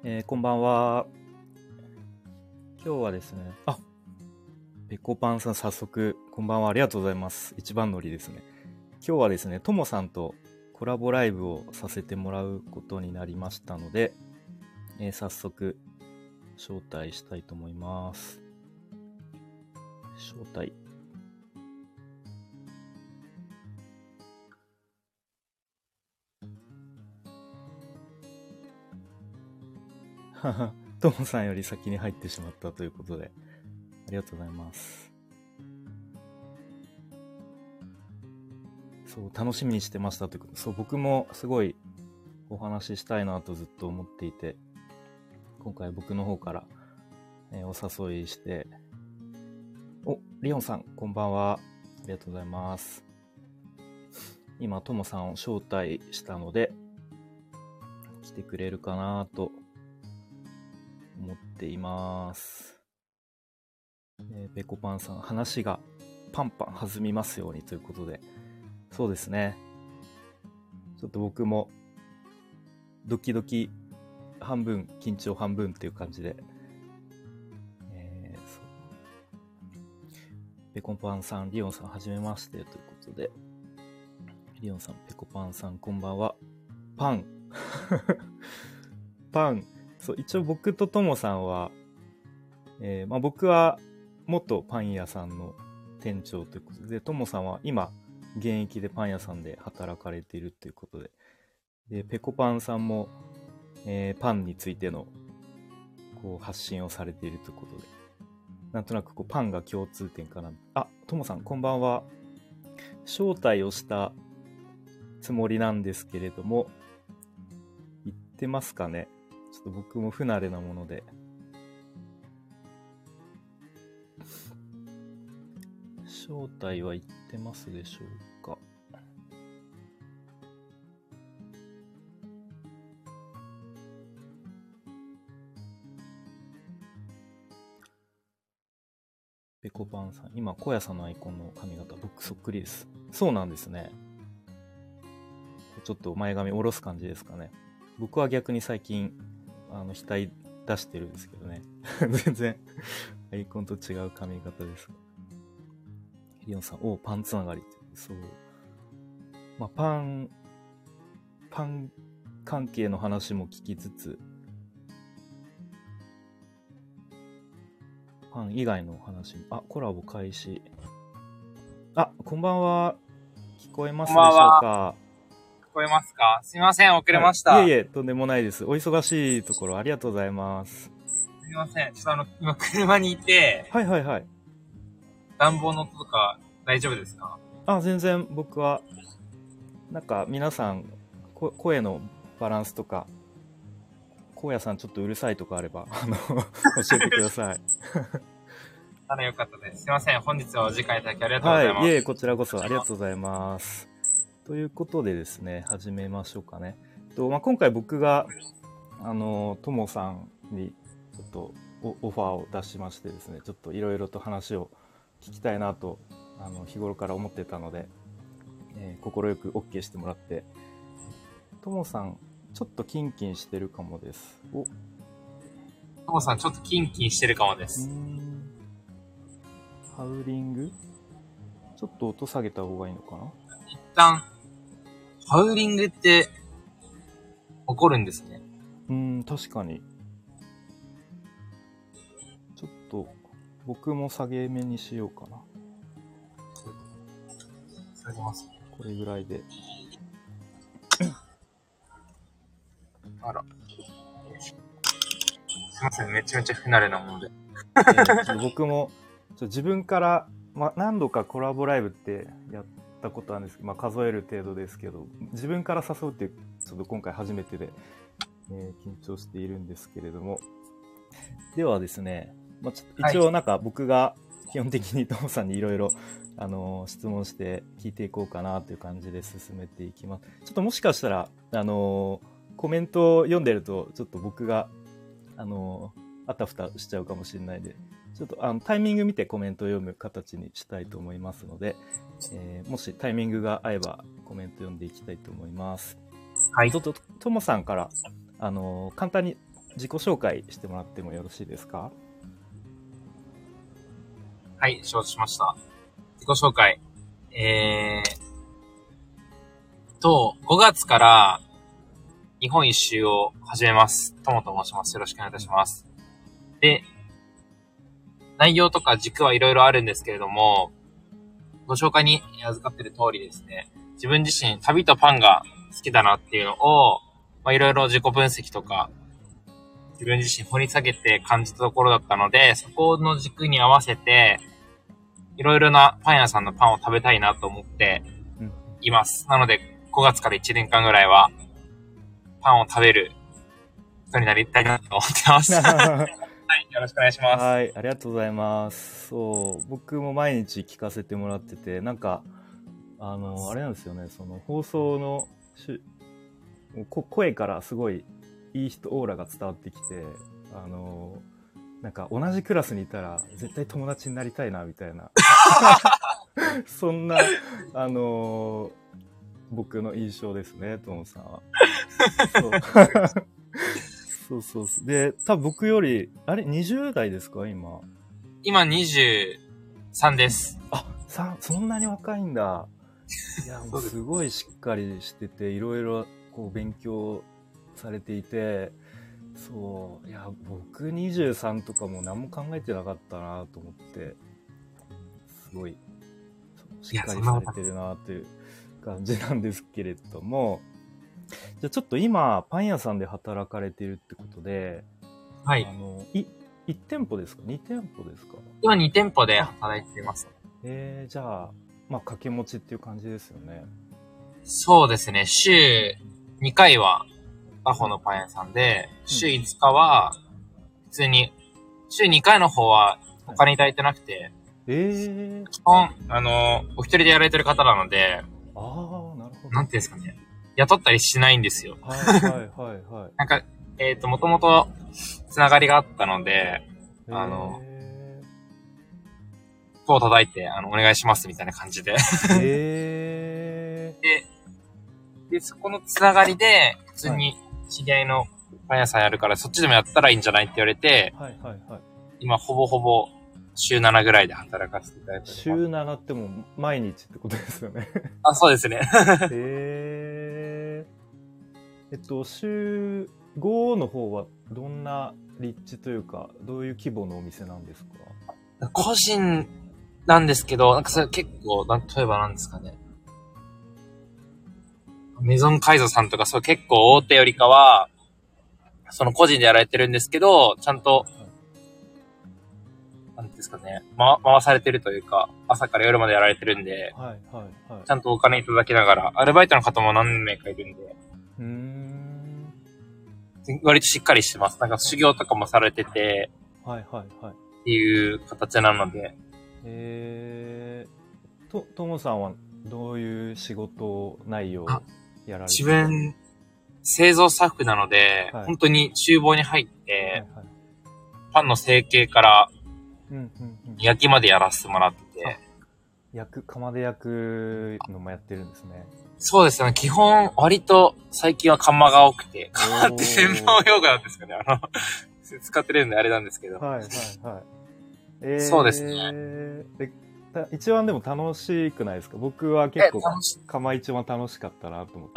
こんばんは。今日はですね、ペコパンさん早速、こんばんは。ありがとうございます。一番乗りですね。今日はですね、ともさんとコラボライブをさせてもらうことになりましたので、早速、招待したいと思います。招待。ともさんより先に入ってしまったということで、ありがとうございます。そう、楽しみにしてましたということで、そう、僕もすごいお話ししたいなとずっと思っていて、今回僕の方から、お誘いして、リオンさん、こんばんは。ありがとうございます。今、ともさんを招待したので、来てくれるかなと思っています。ペコパンさん、話がパンパン弾みますようにということで、そうですね。ちょっと僕もドキドキ半分、緊張半分っていう感じで、ペコパンさん、リオンさん、はじめましてということで、リオンさん、ペコパンさん、こんばんは。パン。パン。そう、一応僕とともさんは、僕は元パン屋さんの店長ということで、ともさんは今、現役でパン屋さんで働かれているということで、で、ペコパンさんも、パンについてのこう発信をされているということで、なんとなくこうパンが共通点かな。ともさんこんばんは。招待をしたつもりなんですけれども、言ってますかね。ちょっと僕も不慣れなもので。招待は言ってますでしょうか。ペコパンさん、今、小屋さんのアイコンの髪型、僕そっくりです。そうなんですね。ちょっと前髪下ろす感じですかね。僕は逆に最近、額出してるんですけどね。全然、アイコンと違う髪型です。リオンさん、パンつながり。そう。パン関係の話も聞きつつ、パン以外の話も、コラボ開始。こんばんは。聞こえますでしょうか？ 聞こえますか？すみません、遅れました。 いえ、とんでもないです。お忙しいところありがとうございます。 すみません、ちょっと今車にいて、 はいはいはい。 暖房の音とか大丈夫ですか？ 全然僕は、なんか皆さん、声のバランスとか、荒野さんちょっとうるさいとかあれば、教えてください。 よかったです。すみません、本日はお時間いただきありがとうございます。 はい、こちらこそありがとうございます。ということでですね、始めましょうかね。今回僕が、ともさんにちょっとオファーを出しましてですね、ちょっといろいろと話を聞きたいなと、日頃から思ってたので、快く OK してもらって、ともさん、ちょっとキンキンしてるかもです。 ともさん、ちょっとキンキンしてるかもです。 ハウリング？ちょっと音下げた方がいいのかな？ 一旦、ハウリングって起こるんですね。 確かに。ちょっと僕も下げ目にしようかな。 下げます。 これぐらいで。 あら。すみません、めちゃめちゃ不慣れなもので。 僕も自分から、何度かコラボライブってやったことあるんですけど、数える程度ですけど、自分から誘うってちょっと今回初めてで、緊張しているんですけれども。ではですね、一応なんか僕が基本的にトモさんにいろいろ質問して聞いていこうかなという感じで進めていきます。ちょっともしかしたらコメントを読んでるとちょっと僕があたふたしちゃうかもしれないで、ちょっとタイミング見てコメントを読む形にしたいと思いますので、もしタイミングが合えばコメント読んでいきたいと思います。 はい。 ともさんから簡単に自己紹介してもらってもよろしいですか？ はい、承知しました。自己紹介。5月から日本一周を始めます。ともと申します。よろしくお願いいたします。で、内容とか軸はいろいろあるんですけれども、ご紹介に預かっている通りですね、自分自身旅とパンが好きだなっていうのを、いろいろ自己分析とか、自分自身掘り下げて感じたところだったので、そこの軸に合わせて、いろいろなパン屋さんのパンを食べたいなと思っています。なので、5月から1年間ぐらいは、パンを食べる人になりたいなと思ってます。はい、よろしくお願いします。 はい、ありがとうございます。そう、僕も毎日聞かせてもらってて、なんか、あれなんですよね、その放送の声からすごいいい人オーラが伝わってきて、なんか同じクラスにいたら絶対友達になりたいなみたいなそんな僕の印象ですね、ともさんは。そうそうそう。で、多分僕より20代ですか今？ 今23です。 あ、そんなに若いんだ。いや、もうすごいしっかりしてて、いろいろこう勉強されていて、そう、いや、僕23とかも何も考えてなかったなと思って、すごい、しっかりされてるなという感じなんですけれども、じゃあちょっと今、パン屋さんで働かれているってことで、 はい。 1店舗ですか ?2 店舗ですか？ 今2店舗で働いています。 じゃあ、掛け持ちっていう感じですよね。 そうですね。週2回は他方のパン屋さんで、週5日は普通に、週2回の方はお金いただいてなくて、基本、お一人でやられてる方なので、 なるほど。 なんていうんですかね。雇ったりしないんですよ。 はいはいはい。 なんか、もともとつながりがあったので、手を叩いて、お願いしますみたいな感じで。で、そこのつながりで、普通に知り合いのパン屋さんやるから、そっちでもやったらいいんじゃないって言われて、今ほぼほぼ週7ぐらいで働かせていただいてます。 週7ってもう毎日ってことですよね。 あ、そうですね。 週5の方はどんな立地というか、どういう規模のお店なんですか？ 個人なんですけど、なんかそれ結構、例えばなんですかね。メゾンカイゾさんとかそう結構大手よりかは、その個人でやられてるんですけど、ちゃんと、なんですかね、回されてるというか、朝から夜までやられてるんで、ちゃんとお金いただきながら、アルバイトの方も何名かいるんで、割としっかりしてます。なんか修行とかもされてて、っていう形なので。 ともさんはどういう仕事内容をやられて自分、製造スタッフなので、本当に厨房に入って、パンの成形から、焼きまでやらせてもらってて。 窯で焼くのもやってるんですね。 そうですね。基本、割と最近は窯が多くて、窯って専門用語なんですかね。使ってるんであれなんですけど。そうですね。 一番でも楽しくないですか？僕は結構窯一番楽しかったなと思って。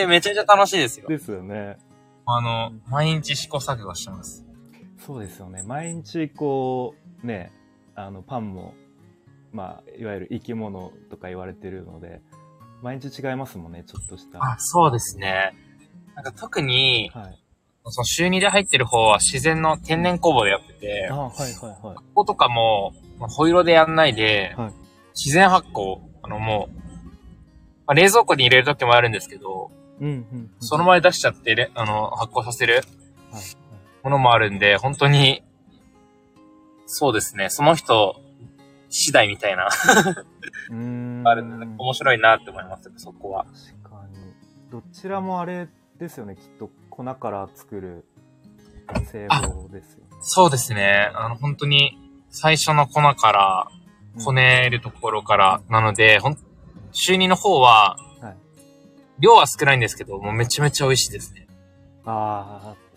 めちゃめちゃ楽しいですよ。 ですよね。 毎日試行錯誤してます。 そうですよね。毎日こう、ね、パンも、いわゆる生き物とか言われてるので、毎日違いますもんね、ちょっとした。 そうですね。なんか特に、その週2で入ってる方は自然の天然酵母でやってて、こことかも、ホイロでやんないで、自然発酵、もう、冷蔵庫に入れるときもあるんですけど、その前出しちゃって、発酵させるものもあるんで、本当に、そうですね、その人次第みたいな、あるので、面白いなって思います、そこは。 確かに。どちらもあれですよね、きっと粉から作る製法ですよね。 そうですね、本当に、最初の粉からこねるところからなので、週2の方は、量は少ないんですけど、もうめちゃめちゃ美味しいですね。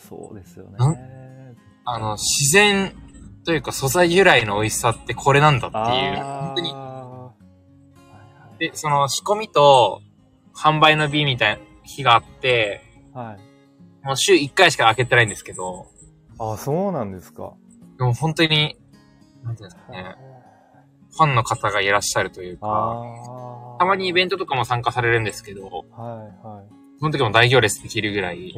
そうですよね。 自然というか素材由来の美味しさってこれなんだっていう。本当に。で、その仕込みと販売の日みたいな日があって、 はい。 もう週1回しか開けてないんですけど。 あ、そうなんですか。 でも本当に、なんていうんですかね。ファンの方がいらっしゃるというか、たまにイベントとかも参加されるんですけど、 はいはい。 その時も大行列できるぐらい、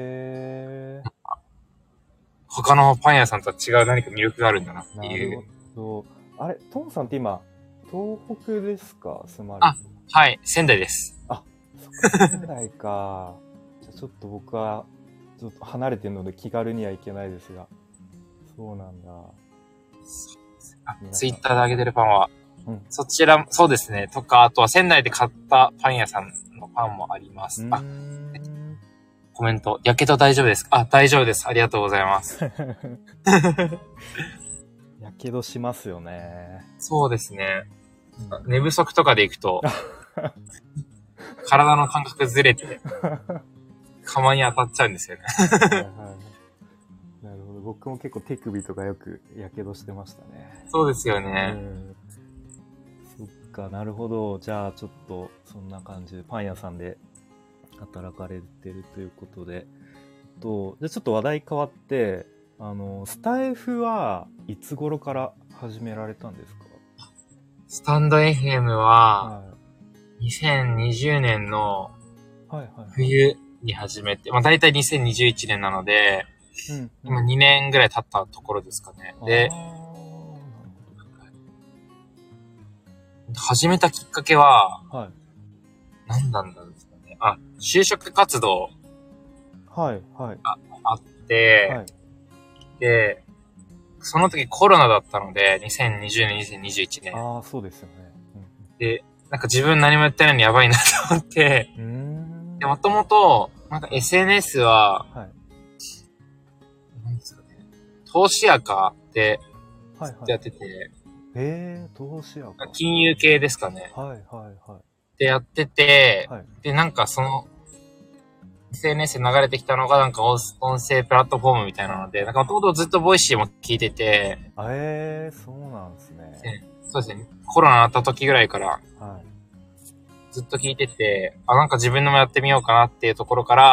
他のパン屋さんとは違う何か魅力があるんだなっていう。なるほど。あれ、トンさんって今、東北ですか？住まれて。 あ、はい、仙台です。 あ、そっか、仙台か。じゃあちょっと僕は、ちょっと離れてるので気軽には行けないですが。そうなんだ。 ツイッターで上げてるパンは、そちら、そうですね。とか、あとは仙台で買ったパン屋さんのパンもあります。コメント、やけど大丈夫ですか？あ、大丈夫です。ありがとうございます。 やけどしますよね。 そうですね。寝不足とかで行くと、体の感覚ずれて、釜に当たっちゃうんですよね。 なるほど。僕も結構手首とかよくやけどしてましたね。 そうですよね。 そっか、なるほど。じゃあちょっとそんな感じでパン屋さんで働かれてるということで。じゃあちょっと話題変わって、スタイフはいつ頃から始められたんですか？ スタンド FM は、2020年の冬に始めて、まあ大体2021年なので、今2年ぐらい経ったところですかね。で、始めたきっかけは、何なんですかね。就職活動があって、で、その時コロナだったので、2020年、2021年。 ああ、そうですよね。 で、なんか自分何もやってないのやばいなと思って、で、もともと、なんか SNS は、何ですかね、投資アカってやってて、 投資アカ。 金融系ですかね。でやってて、で、なんかその、SNS で流れてきたのがなんか音声プラットフォームみたいなので、なんかもともとずっとボイシーも聞いてて、 そうなんですね。 そうですね。コロナになった時ぐらいから、ずっと聞いてて、なんか自分のもやってみようかなっていうところから、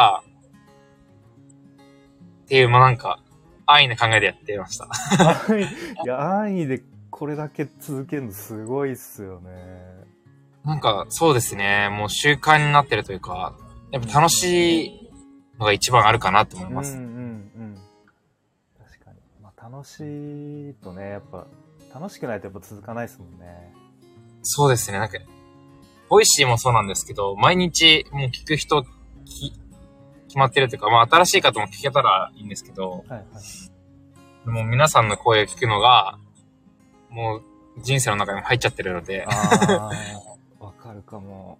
っていう、なんか、安易な考えでやってました。 いや、安易でこれだけ続けるのすごいっすよね。 なんか、そうですね。もう習慣になってるというか、やっぱ楽しいのが一番あるかなと思います。 確かに。楽しいとね、やっぱ、楽しくないとやっぱ続かないですもんね。 そうですね。なんか、ボイシーもそうなんですけど、毎日もう聞く人決まってるというか、新しい方も聞けたらいいんですけど、もう皆さんの声を聞くのが、もう人生の中に入っちゃってるので。 わかるかも。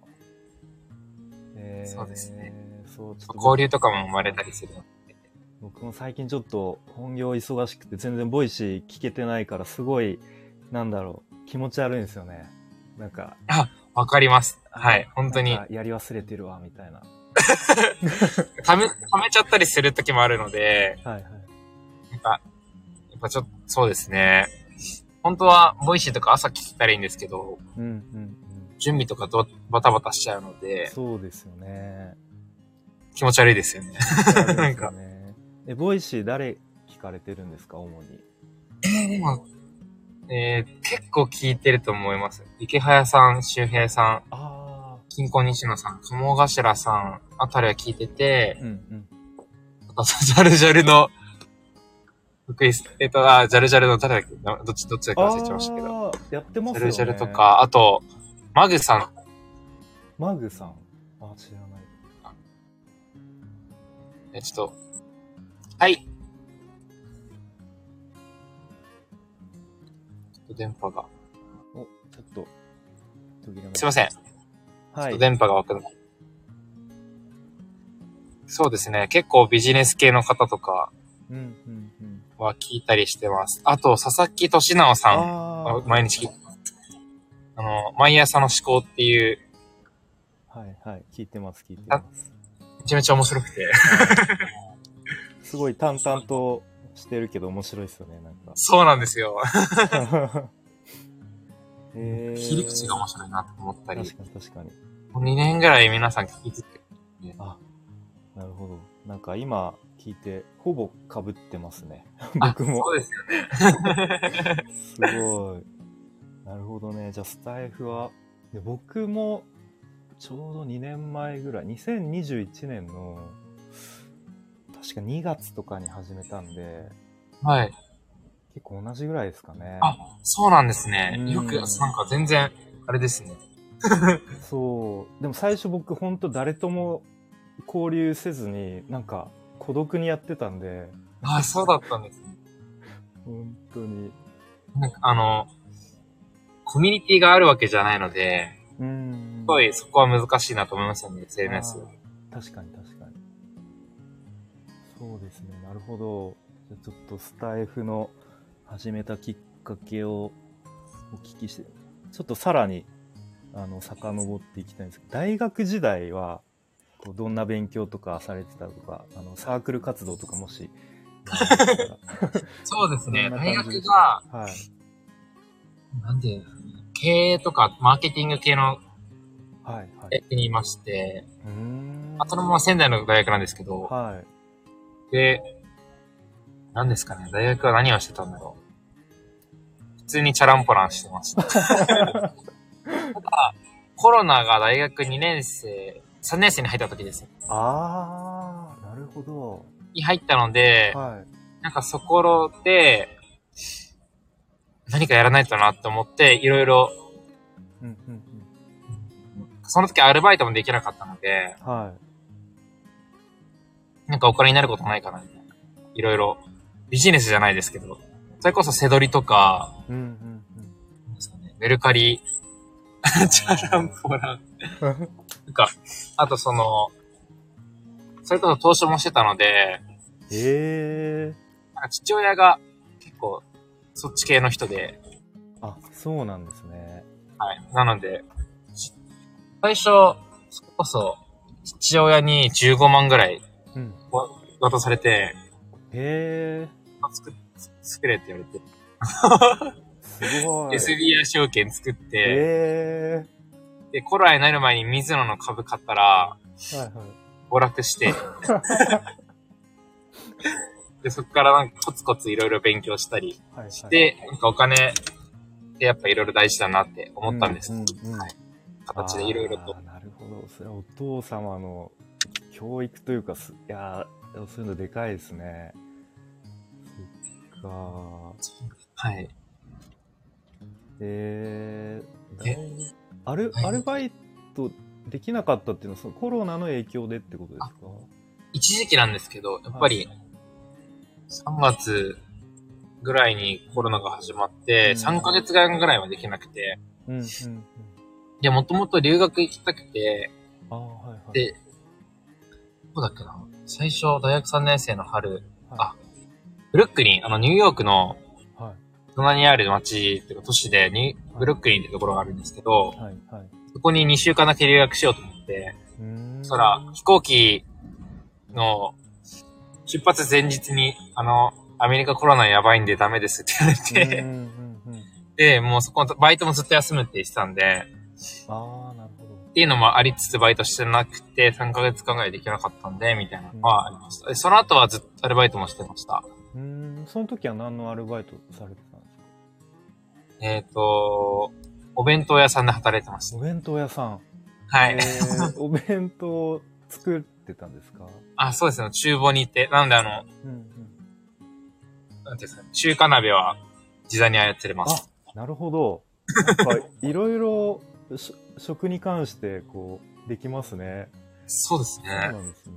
そうですね。交流とかも生まれたりするので。 僕も最近ちょっと本業忙しくて全然ボイシー聞けてないからすごい、気持ち悪いんですよね。なんか。 わかります。はい、本当に。 やり忘れてるわ、みたいな。 溜めちゃったりする時もあるので、なんか、やっぱちょっと、そうですね。本当は、ボイシーとか朝聞いたらいいんですけど、準備とかバタバタしちゃうので、 そうですよね。 気持ち悪いですよね。なんか。 ボイシー誰聞かれてるんですか、主に。 結構聞いてると思います。池早さん、周平さん、金庫西野さん、鴨頭さんあたりは聞いてて、あと、ジャルジャルの、ジャルジャルの誰だっけ、どっちだか忘れちゃいましたけど。 やってますよね。 ジャルジャルとか、あと、マグさん。 マグさん？知らない。 ちょっと、はい。電波が。 ちょっと、 すいません。電波が湧くの。そうですね。結構ビジネス系の方とかは聞いたりしてます。あと、佐々木俊直さん。毎日聞いてます。毎朝の思考っていう。 聞いてます。 めちゃめちゃ面白くて。 すごい淡々としてるけど面白いですよね、なんか。 そうなんですよ。切り口が面白白いなと思ったり。 確かに確かに。 もう2年ぐらい皆さん聞き続けてる。 あ、なるほど。なんか今聞いて、ほぼ被ってますね。 あ、 僕も。 そうですよね。 すごい。なるほどね。じゃあスタイフは、で僕もちょうど2年前ぐらい、2021年の確か2月とかに始めたんで、 はい。 結構同じぐらいですかね。 あ、そうなんですね。 うんよく、なんか全然、あれですね。 そう。でも最初僕ほんと誰とも交流せずに、なんか孤独にやってたんで、 あ、そうだったんですね。 本当に。 なんかコミュニティがあるわけじゃないので、 うん。 すごいそこは難しいなと思いますよね、SNS。 確かに確かに。そうですね。なるほど。じゃあちょっとスタイフの始めたきっかけをお聞きして、ちょっとさらに遡っていきたいんですけど、大学時代はこうどんな勉強とかされてたとか、サークル活動とかもしそうですね。大どんな感じで学が、 はい。 なんで、経営とかマーケティング系のはいはい。 大学にいまして、そのまはま仙台の大学なんですけど、 い。 で、何ですかね、大学は何をしてたんだろう。普通にチャランポランしてました。ただ、コロナが大学2年生、3年生に入った時ですよ。 あー、なるほど。 に入ったので、 はい。 なんかそこで、何かやらないとなって思って、いろいろ、 うんうんうん。 その時アルバイトもできなかったので、 はなんかお金になることないかなみたいな。いろいろ、ビジネスじゃないですけど、それこそ背取りとか、 い。うんうんうん。 なんですかね、メルカリ、チャランポラン。なんか、あとそれこそ投資もしてたので、なんか父親が結構そっち系の人で、 あ、そうなんですね。 はい。なので、最初、それこそ父親に15万ぐらいうん。 渡されて、 へ作れって言われて、 すごい。 SBI 証券作って、 へで、コロナになる前に水野の株買ったら、 はいはい。 暴落して、で、そこからなんかコツコツいろいろ勉強したりはいはい。 して、なんかお金ってやっぱいろいろ大事だなって思ったんです。 うんうんうん。 はい。形でいろいろと。 なるほど。それはお父様の教育というか、いやー、そういうのでかいですね。そっかはい。 アルバイトできなかったっていうのは、そのコロナの影響でってことですか？ 一時期なんですけど、やっぱり3月ぐらいにコロナが始まって、3ヶ月間ぐらいはできなくて、 うんうんうん。 で、もともと留学行きたくて、 はいはい。 で、どうだっけな、最初大学3年生の春、ブルックリン、ニューヨークの隣にある町っていうか都市でブルックリンってところがあるんですけど、そこに2週間だけ留学しようと思って、そしたら飛行機の出発前日に、アメリカコロナやばいんでダメですって言われて、で、もうそこのバイトもずっと休むって言ってたんで、 なるほど。 っていうのもありつつバイトしてなくて、3ヶ月間ぐらいできなかったんで、みたいなのはありました。その後はずっとアルバイトもしてました。 その時は何のアルバイトされてたんですか？ お弁当屋さんで働いてました。 お弁当屋さん。 はい。 お弁当作ってたんですか？ あ、そうですね。厨房に行って。なのでなんていうんですかね。中華鍋は自在に操れます。 あ、なるほど。なんか、いろいろ食に関して、こう、できますね。 そうですね。 そうなんです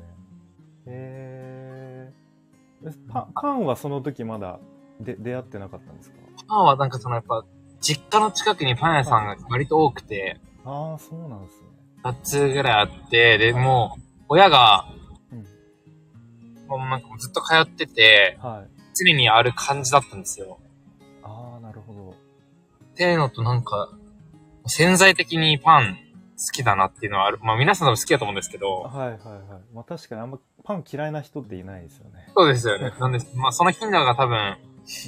ね。パンはその時まだ出会ってなかったんですか？ パンはなんかやっぱ、実家の近くにパン屋さんが割と多くて、 ああ、そうなんですね。 2つぐらいあって、で、もう、親が、もうなんかずっと通ってて、常にある感じだったんですよ。 ああ、なるほど。 っていうのとなんか、潜在的にパンきだなっていうのはある。まあ皆さんも好きだと思うんですけど。 はいはいはい。まあ確かにあんまパン嫌いな人っていないですよね。 そうですよね。なんで、まあその頻度が多分、 うん。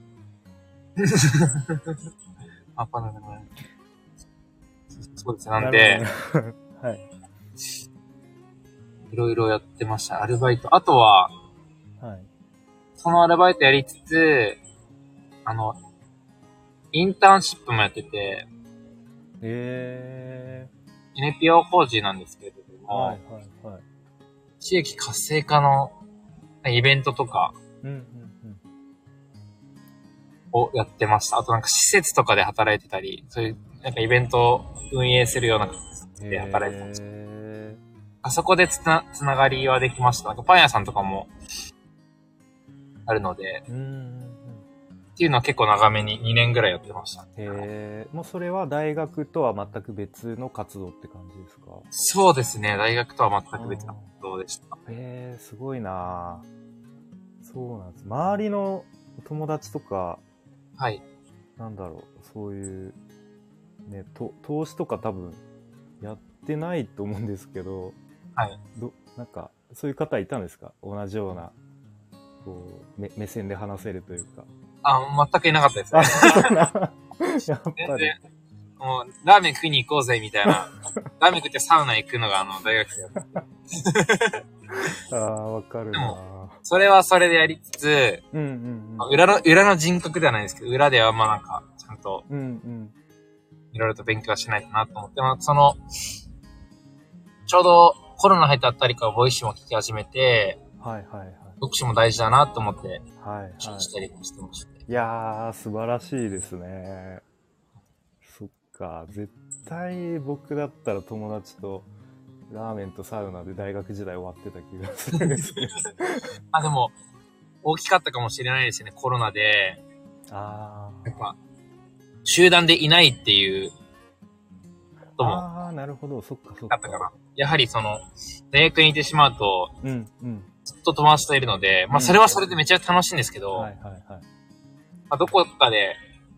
あ、パンダでもない。そうですね。なんで、 はい。 いろいろやってました。アルバイト。あとは、 はい。 そのアルバイトやりつつ、インターンシップもやってて、NPO 法人なんですけれども、 はいはいはい。 地域活性化のイベントとかうんうんをやってました。あとなんか施設とかで働いてたり、そういうなんかイベントを運営するような施設で働いてました。あそこでつながりはできました。なんかパン屋さんとかもあるので、っていうのは結構長めに2年ぐらいやってました。 もうそれは大学とは全く別の活動って感じですか？ そうですね。大学とは全く別の活動でした。 すごいなぁ。そうなんです。周りの友達とか、 はい。 なんだろう、そういう、ね、投資とか多分やってないと思うんですけど、 はい。 なんか、そういう方いたんですか？同じような、こう、目線で話せるというか。 あ、全くいなかったですね。 やっぱり。 全然、もう、ラーメン食いに行こうぜ、みたいな。ラーメン食ってサウナ行くのが、大学生だった。 わかるな。 それはそれでやりつつ、裏の人格ではないですけど、裏ではまあなんか、ちゃんと、いろいろと勉強はしないとなと思って、まあちょうどコロナ入ったあたりからボイシーも聞き始めて、読書も大事だなと思って、したりもしてました。 いやー、素晴らしいですね。そっか、絶対僕だったら友達とラーメンとサウナで大学時代終わってた気がするんですけど。 あ、でも、大きかったかもしれないですね、コロナで。やっぱ、集団でいないっていうことも。 なるほど、そっかそっか。やはり大学にいてしまうと、ずっと友達といるので、まあそれはそれでめちゃ楽しいんですけど、まあ、どこかで、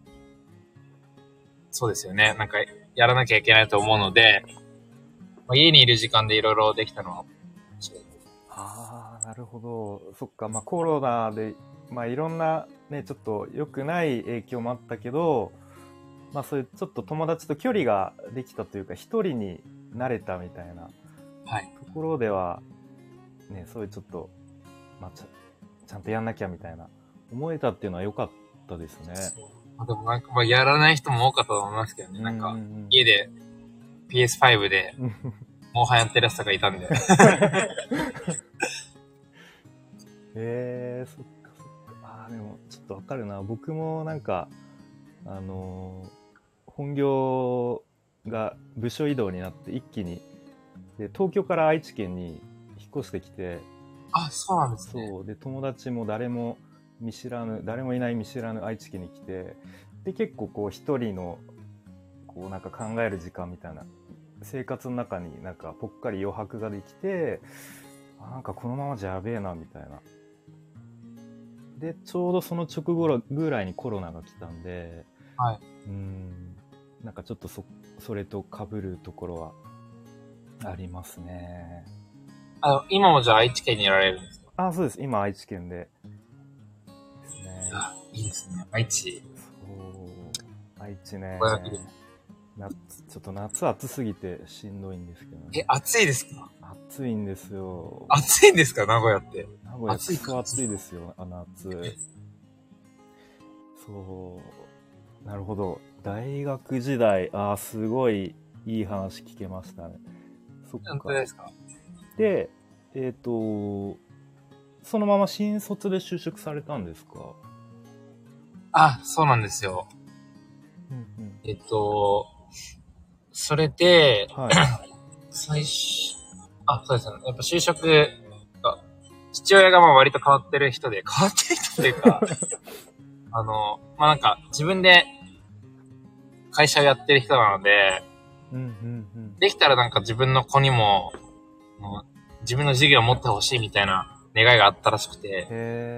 そうですよね、なんかやらなきゃいけないと思うので、まあ、家にいる時間でいろいろできたのは、 なるほど。そっか、まあコロナで、まあいろんなね、ちょっと良くない影響もあったけど、まあそういうちょっと友達と距離ができたというか、一人になれたみたいなところでは、ね、そういうちょっと、まあちゃんとやんなきゃみたいな、思えたっていうのは良かったですね。 でもなんかまあやらない人も多かったと思いますけどね。なんか、家で PS5 で、モンハンやってるやつとかいたんで。 そっかそっか。でもちょっとわかるな。僕もなんか、本業が部署移動になって一気に、で、東京から愛知県に引っ越してきて、 そうなんですね。 そう。で、友達も誰もいない見知らぬ愛知県に来て、で、結構こう一人の、こうなんか考える時間みたいな、生活の中になんかぽっかり余白ができて、なんかこのままじゃやべえな、みたいな。で、ちょうどその直後ぐらいにコロナが来たんで、なんかちょっとそれと被るところはありますね。 今もじゃあ愛知県にいられるんですか？ そうです。今愛知県で。ですね。 いいですね。愛知。 そう。愛知ね。ちょっと夏暑すぎてしんどいんですけどね。 暑いですか？ 暑いんですよ。 暑いんですか？名古屋って。 名古屋くそ暑いですよ、夏。そう。なるほど。大学時代、すごいいい話聞けましたね。そっか。 本当ですか？ で、そのまま新卒で就職されたんですか？ そうなんですよ。それで、そうですね。やっぱ就職が、父親がまあ割と変わってる人っていうか、まあなんか自分で会社をやってる人なので、できたらなんか自分の子にも、自分の事業を持ってほしいみたいな願いがあったらしくて、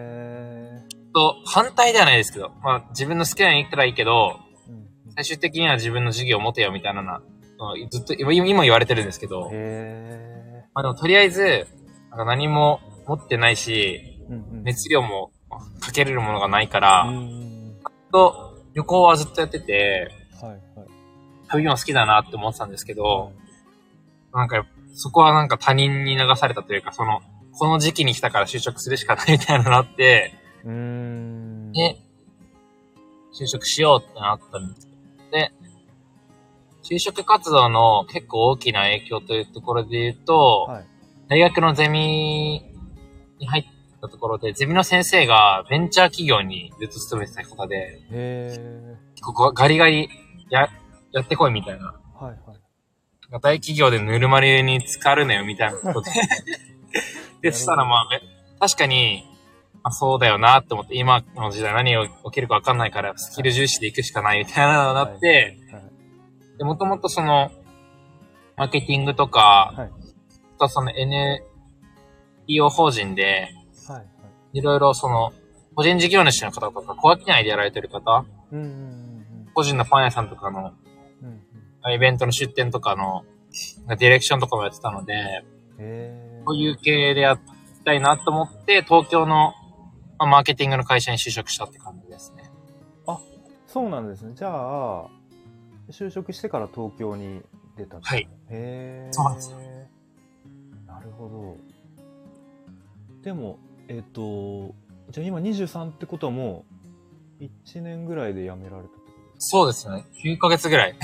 反対ではないですけど、まあ自分の好きなように言ったらいいけど、最終的には自分の事業を持てよみたいなずっと、今言われてるんですけど、まあでもとりあえず、なんか何も持ってないし、熱量もかけれるものがないから、旅行はずっとやってて、旅も好きだなって思ってたんですけど、なんか、そこはなんか他人に流されたというか、この時期に来たから就職するしかないみたいなのがあって、で、就職しようってなったんです。で、就職活動の結構大きな影響というところで言うと、大学のゼミに入ったところで、ゼミの先生がベンチャー企業にずっと勤めてた方で、ここガリガリやってこいみたいな。大企業でぬるま湯に浸かるなよみたいなことで。で、そしたらまあ、確かに、そうだよなって思って、今の時代何が起きるか分かんないからスキル重視で行くしかないみたいなのになって、で、もともとマーケティングとか、NPO 法人で、いろいろ個人事業主の方とか、小商いでやられてる方、個人のパン屋さんとかの、イベントの出店とかの、ディレクションとかもやってたので、こういう系でやりたいなと思って、東京の、マーケティングの会社に就職したって感じですね。 あ、そうなんですね。じゃあ、就職してから東京に出た。 はい。 そうなんですよ。なるほど。でも、じゃあ今23ってことはもう、1年ぐらいで辞められたってことですか？ そうですね。9ヶ月ぐらい。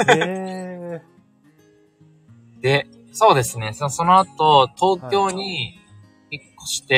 で、そうですね。その後、東京に引っ越して、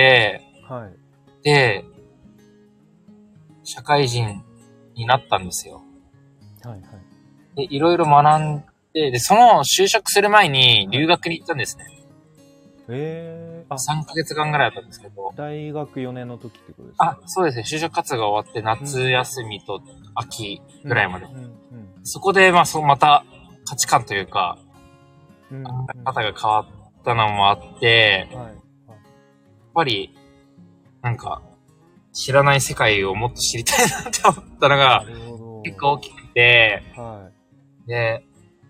で、社会人になったんですよ。で、いろいろ学んで、で、就職する前に留学に行ったんですね。3ヶ月間ぐらいだったんですけど。 大学4年の時ってことですか？ そうですね。就職活動が終わって、夏休みと秋ぐらいまで。そこで、また価値観というか、考え方が変わったのもあって、やっぱり、なんか、知らない世界をもっと知りたいなって思ったのが、結構大きくて、で、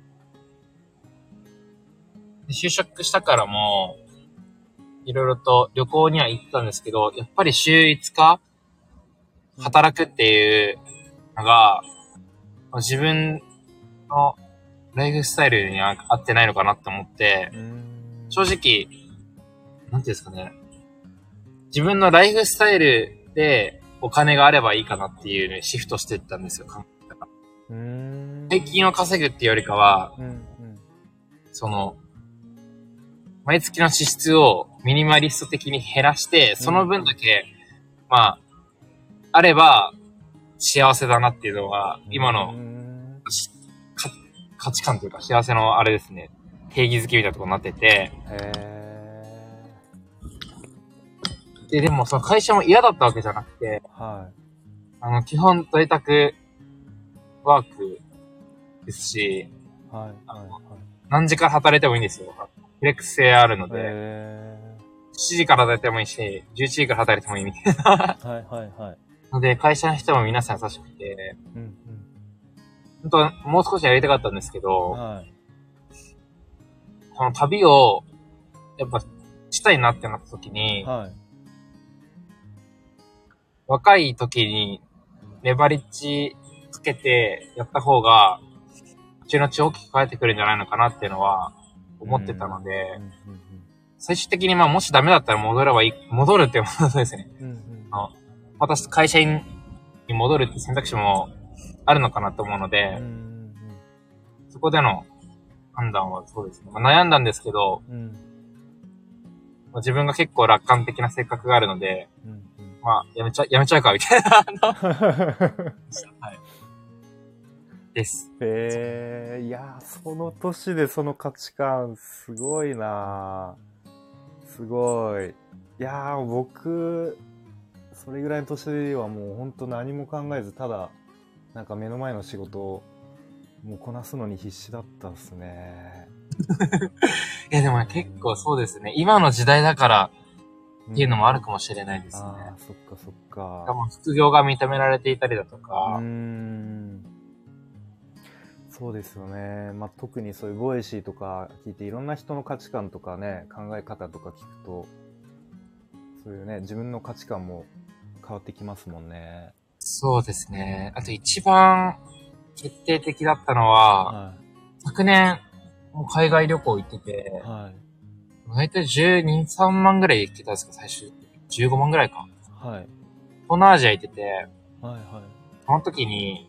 就職したからも、いろいろと旅行には行ったんですけど、やっぱり週5日働くっていうのが、自分のライフスタイルには合ってないのかなって思って、正直、なんていうんですかね、自分のライフスタイルでお金があればいいかなっていうね、シフトしていったんですよ、考え方。平均を稼ぐっていうよりかは、毎月の支出をミニマリスト的に減らして、その分だけ、あれば幸せだなっていうのが、今の価値観というか幸せのあれですね、定義づけみたいなところになってて、でもその会社も嫌だったわけじゃなくて、基本在宅ワークですし、何時から働いてもいいんですよ。フレックス性あるので、7時から働いてもいいし、11時から働いてもいいみたいな。ので、会社の人も皆さん優しくて、本当はもう少しやりたかったんですけど、この旅を、やっぱ、したいなってなった時に、若い時に、レバレッジつけてやった方が、うちの地大きく変えてくるんじゃないのかなっていうのは、思ってたので、最終的にもしダメだったら戻るっていうことですね。私、会社員に戻るって選択肢もあるのかなと思うので、そこでの判断はそうですね。悩んだんですけど、自分が結構楽観的な性格があるので、やめちゃうか、みたいな。です。 いやー、その年でその価値観、すごいなー。すごい。いやー、僕、それぐらいの年はもう本当何も考えず、ただ、なんか目の前の仕事をもうこなすのに必死だったですね。 いや、でも結構そうですね。今の時代だからっていうのもあるかもしれないですね。 そっかそっか。 副業が認められていたりだとか。 そうですよね。まあ、特にそういうボイシーとか聞いていろんな人の価値観とかね、考え方とか聞くと、そういうね、自分の価値観も変わってきますもんね。 そうですね。あと一番決定的だったのは、 は昨年、もう海外旅行行ってて、 い。はい。 大体12、3万ぐらい行ってたんですか、最終。15万ぐらいか。 はい。 東南アジア行ってて、 はいはい。 その時に、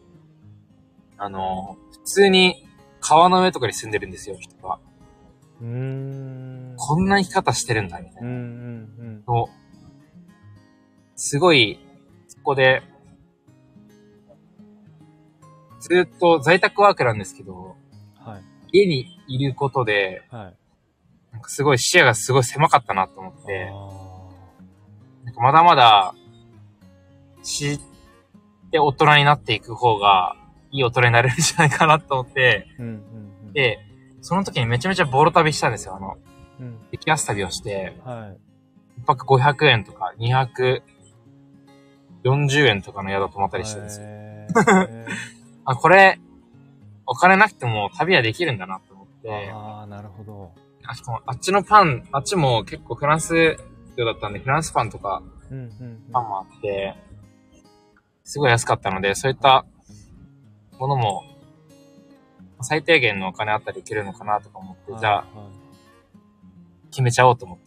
普通に川の上とかに住んでるんですよ、人が。こんな生き方してるんだ、みたいな。すごい、そこで、ずっと在宅ワークなんですけど、 はい。 家にいることで、 はい。 なんかすごい視野がすごい狭かったなと思って、 あなんかまだまだ知って大人になっていく方がいい大人になれるんじゃないかなと思って、で、その時にめちゃめちゃボロ旅したんですよ。激安旅をして、 はい。 一泊500円とか240円とかの宿泊まったりしてるんですよ。あ、これ、お金なくても旅はできるんだなと思って。 ああ、なるほど。 しかもあっちのパン、あっちも結構フランス料だったんで、フランスパンとか、パンもあって、すごい安かったので、そういったものも、最低限のお金あったりいけるのかなとか思って、じゃあ、決めちゃおうと思って。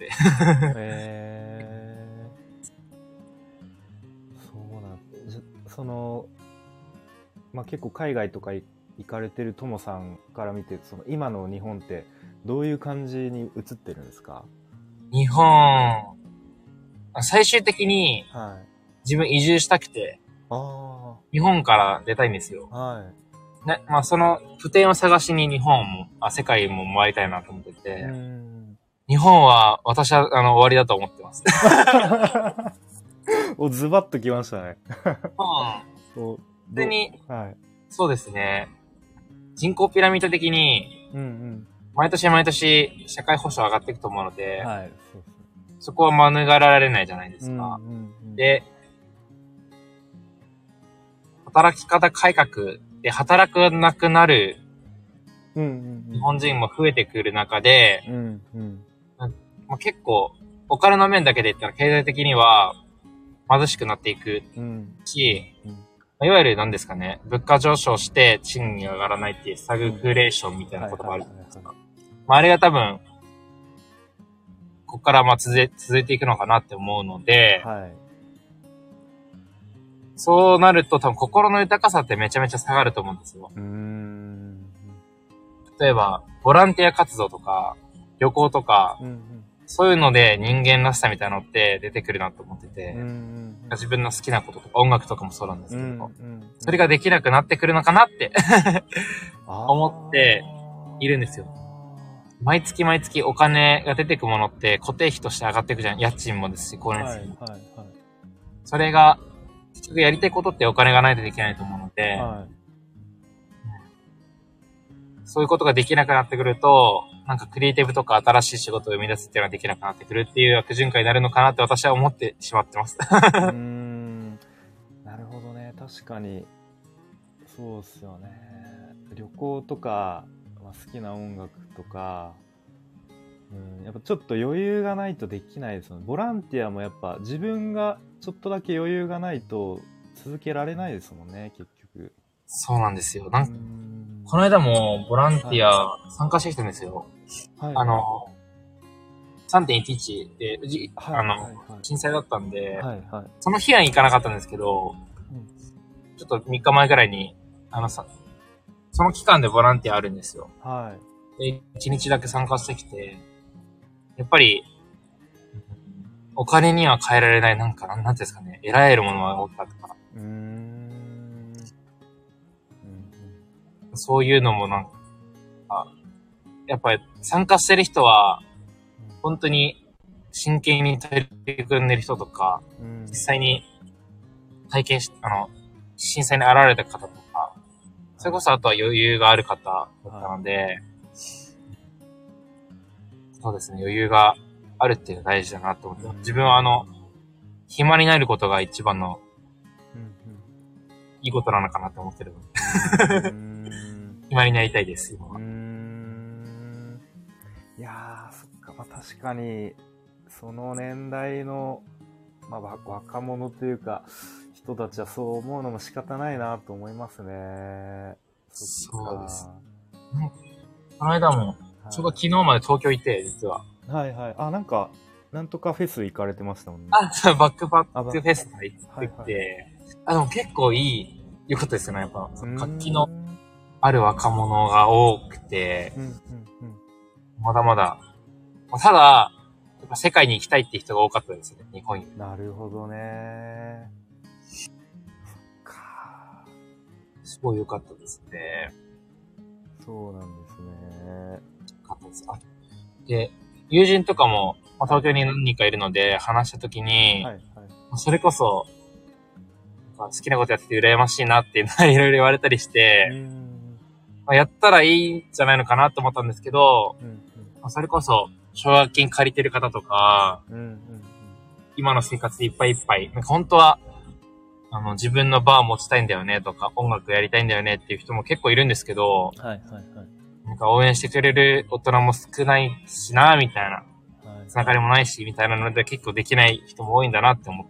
そうなんその、まあ、結構海外とか行かれてるともさんから見て、その今の日本ってどういう感じに映ってるんですか？ 日本、最終的に自分移住したくて、日本から出たいんですよ。ね、まあその拠点を探しに日本も、世界も回りたいなと思ってて、日本は私は終わりだと思ってます。 お、ズバッときましたね。 普通に、そうですね。人口ピラミッド的に、毎年毎年社会保障上がっていくと思うので、そこは免れられないじゃないですか。で、働き方改革で働かなくなる日本人も増えてくる中で、まあ、結構お金の面だけで言ったら経済的には貧しくなっていくし、いわゆる何ですかね、物価上昇して賃金が上がらないっていうスタグフレーションみたいなことがあるじゃないですか。まあ、あれが多分、ここからまあ続いていくのかなって思うので、そうなると多分心の豊かさってめちゃめちゃ下がると思うんですよ。例えば、ボランティア活動とか、旅行とか、そういうので人間らしさみたいなのって出てくるなと思ってて、自分の好きなこととか音楽とかもそうなんですけど、それができなくなってくるのかなって思っているんですよ。毎月毎月お金が出てくものって固定費として上がっていくじゃん。家賃もですし、光熱費も。それが、結局やりたいことってお金がないとできないと思うので、そういうことができなくなってくると、なんかクリエイティブとか新しい仕事を生み出すっていうのができなくなってくるっていう悪循環になるのかなって私は思ってしまってます。 なるほどね。確かに、そうっすよね。旅行とか、好きな音楽とか、やっぱちょっと余裕がないとできないですよね。ボランティアもやっぱ自分がちょっとだけ余裕がないと続けられないですもんね、結局。 そうなんですよ。この間もボランティア参加してきたんですよ。3.11 で、震災だったんで、その日は行かなかったんですけど、ちょっと3日前くらいに、その期間でボランティアあるんですよ。で、1日だけ参加してきて、やっぱり、お金には変えられない、なんていうんですかね、得られるものが大きかったから。そういうのもやっぱり参加してる人は、本当に真剣に取り組んでる人とか、実際に体験震災に現れた方とか、それこそあとは余裕がある方だったので、そうですね、余裕があるっていうのが大事だなと思って、自分は暇になることが一番のいいことなのかなと思ってるので。 暇になりたいです、今は。 いやー、そっか。まあ確かに、その年代の、まあ若者というか、人たちはそう思うのも仕方ないなと思いますね。 そうです。この間も、ちょうど昨日まで東京行って、実は。 はいはい。あ、なんか、なんとかフェス行かれてましたもんね。 あ、そう、バックパックフェスが行ってて、はいはい、でも結構良かったですよね。やっぱ、活気のある若者が多くて、まだまだ。ただ、やっぱ世界に行きたいって人が多かったですね、日本に。 なるほどね。そっか。 すごい良かったですね。 そうなんですね。 良かったです。で、友人とかも、東京に何人かいるので話したときに、はいはい、それこそ、好きなことやってて羨ましいなっていうのはいろいろ言われたりして、やったらいいんじゃないのかなと思ったんですけど、それこそ、奨学金借りてる方とか、今の生活でいっぱいいっぱい、本当は、自分のバー持ちたいんだよねとか、音楽やりたいんだよねっていう人も結構いるんですけど、はいはいはい。なんか応援してくれる大人も少ないしな、みたいな。つながりもないし、みたいなので結構できない人も多いんだなって思って、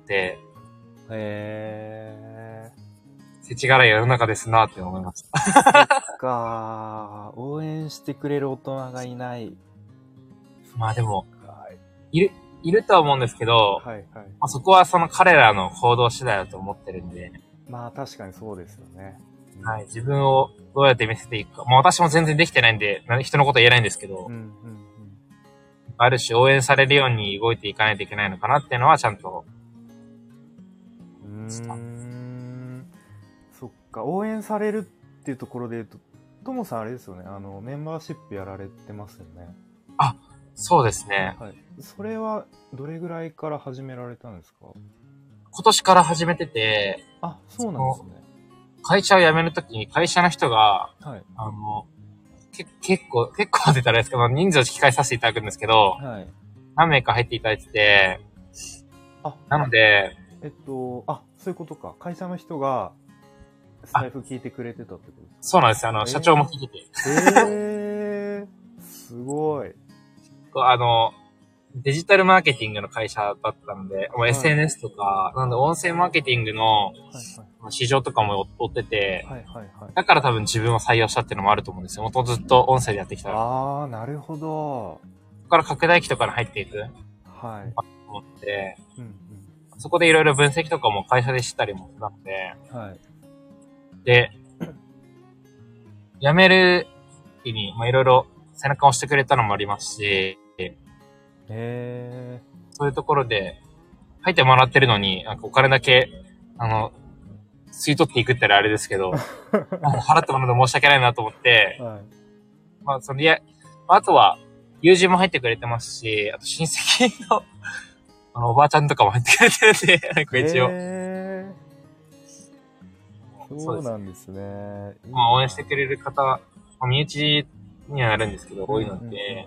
世知辛い世の中ですなって思いました。そっか、応援してくれる大人がいない。 まあでも、いるとは思うんですけど、はいはい、そこはその彼らの行動次第だと思ってるんで。 まあ確かにそうですよね。 はい、自分をどうやって見せていくか。まあ私も全然できてないんで、人のこと言えないんですけど、ある種応援されるように動いていかないといけないのかなっていうのはちゃんと。 そっか、応援されるっていうところで言うと、ともさんあれですよね、メンバーシップやられてますよね。 あ、そうですね。 はい。それはどれぐらいから始められたんですか？ 今年から始めてて、 あ、そうなんですね。 会社を辞めるときに会社の人が、はい、結構出たらですけど、人数を控えさせていただくんですけど、はい、何名か入っていただいてて、なので、 そういうことか。会社の人が、財布聞いてくれてたってことですか？ そうなんですよ。社長も聞いてて。 すごい。 デジタルマーケティングの会社だったので、はい、SNS とか、なんで音声マーケティングの市場とかも追ってて、だから多分自分を採用したっていうのもあると思うんですよ。もとずっと音声でやってきたら。 ああ、なるほど。 ここから拡大期とかに入っていく。はい。思って、そこでいろいろ分析とかも会社で知ったりもしたので、はい。で、辞める時に、いろいろ背中を押してくれたのもありますし、そういうところで、入ってもらってるのに、なんかお金だけ、吸い取っていくってあれですけど、払ってもらうの申し訳ないなと思って、はい、あとは、友人も入ってくれてますし、あと親戚の、おばあちゃんとかも入ってくれてるんで、なんか一応。 そうなんですね。 応援してくれる方、身内にはなるんですけど、多いので、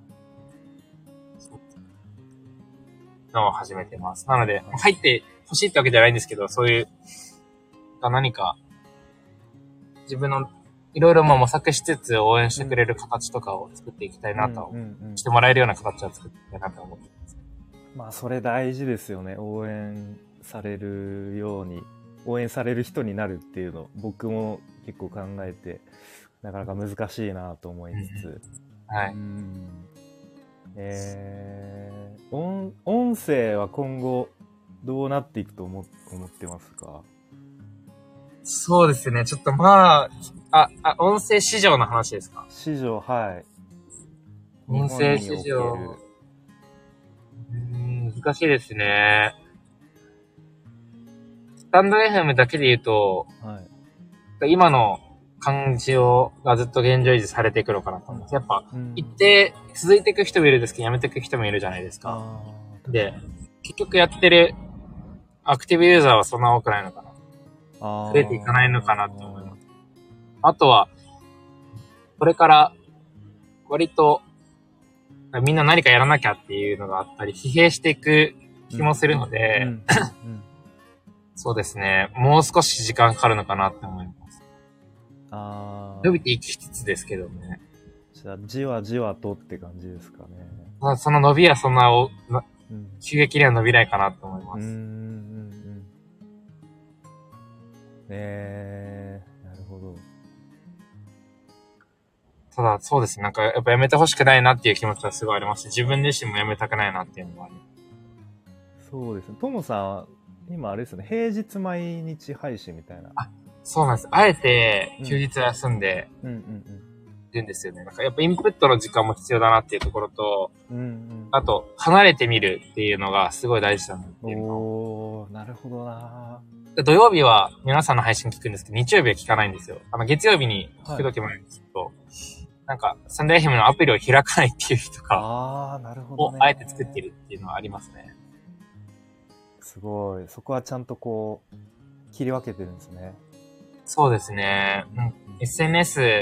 のを始めてます。なので、入って欲しいってわけじゃないんですけど、そういう、何か、自分の、いろいろ模索しつつ応援してくれる形とかを作っていきたいなと、してもらえるような形を作っていきたいなと思ってます。 まあ、それ大事ですよね。応援されるように、応援される人になるっていうの、僕も結構考えて、なかなか難しいなと思いつつ。はい。音声は今後どうなっていくと思ってますか？ そうですね。ちょっと音声市場の話ですか？ 市場、はい。 音声市場。難しいですね。スタンド FM だけで言うと、はい、今の感じがずっと現状維持されていくのかなと思います。やっぱ、一定続いていく人もいるんですけど、やめていく人もいるじゃないですか。で、結局やってるアクティブユーザーはそんな多くないのかな。増えていかないのかなと思います。あとは、これから割とみんな何かやらなきゃっていうのがあったり、疲弊していく気もするので、そうですね。もう少し時間かかるのかなって思います。 あ伸びていきつつですけどね。 じゃあ、じわじわとって感じですかね。 まあその伸びはそんなうん。 急激には伸びないかなと思います。 なるほど。 ただ、そうですね。なんか、やっぱやめてほしくないなっていう気持ちはすごいありますし、自分自身もやめたくないなっていうのもあります。 そうですね。ともさんは、今あれですね、平日毎日配信みたいな。 そうなんです。あえて、休日休んで、るんですよね。なんかやっぱインプットの時間も必要だなっていうところと、あと、離れてみるっていうのがすごい大事だなっていうのおー、なるほどな。 土曜日は皆さんの配信聞くんですけど、日曜日は聞かないんですよ。月曜日に聞くときもあるんですけど、なんか、サンデー FM のアプリを開かないっていう人が、 なるほどね。 をあえて作ってるっていうのはありますね。 すごい。そこはちゃんとこう、切り分けてるんですね。 そうですね。SNS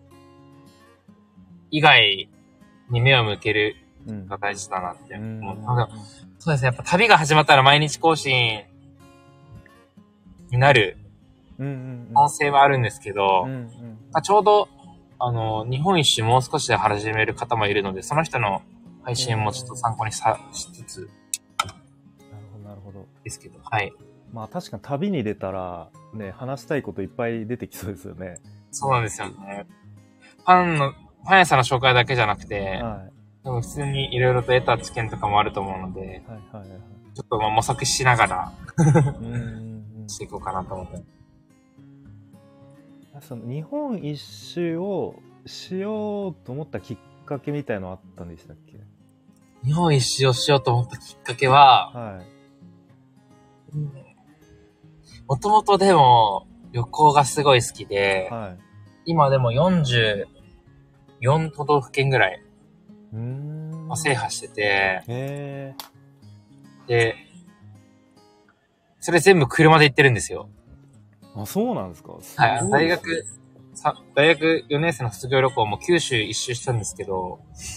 以外に目を向けるが大事だなって思う。そうですね。やっぱ旅が始まったら毎日更新になる可能性はあるんですけど、ちょうど、日本一周もう少しで始める方もいるので、その人の配信もちょっと参考にしつつ。 なるほど。 ですけど、はい。 まあ確かに旅に出たら、ね、話したいこといっぱい出てきそうですよね。 そうなんですよね。パン屋さんの紹介だけじゃなくて、でも普通にいろいろと得た知見とかもあると思うので、ちょっと模索しながらしていこうかなと思って。 その日本一周をしようと思ったきっかけみたいのあったんでしたっけ？ 日本一周をしようと思ったきっかけは、もともとでも旅行がすごい好きで、今でも44都道府県ぐらい制覇してて、で、それ全部車で行ってるんですよ。 あ、そうなんですか？ はい、大学4年生の卒業旅行も九州一周したんですけど、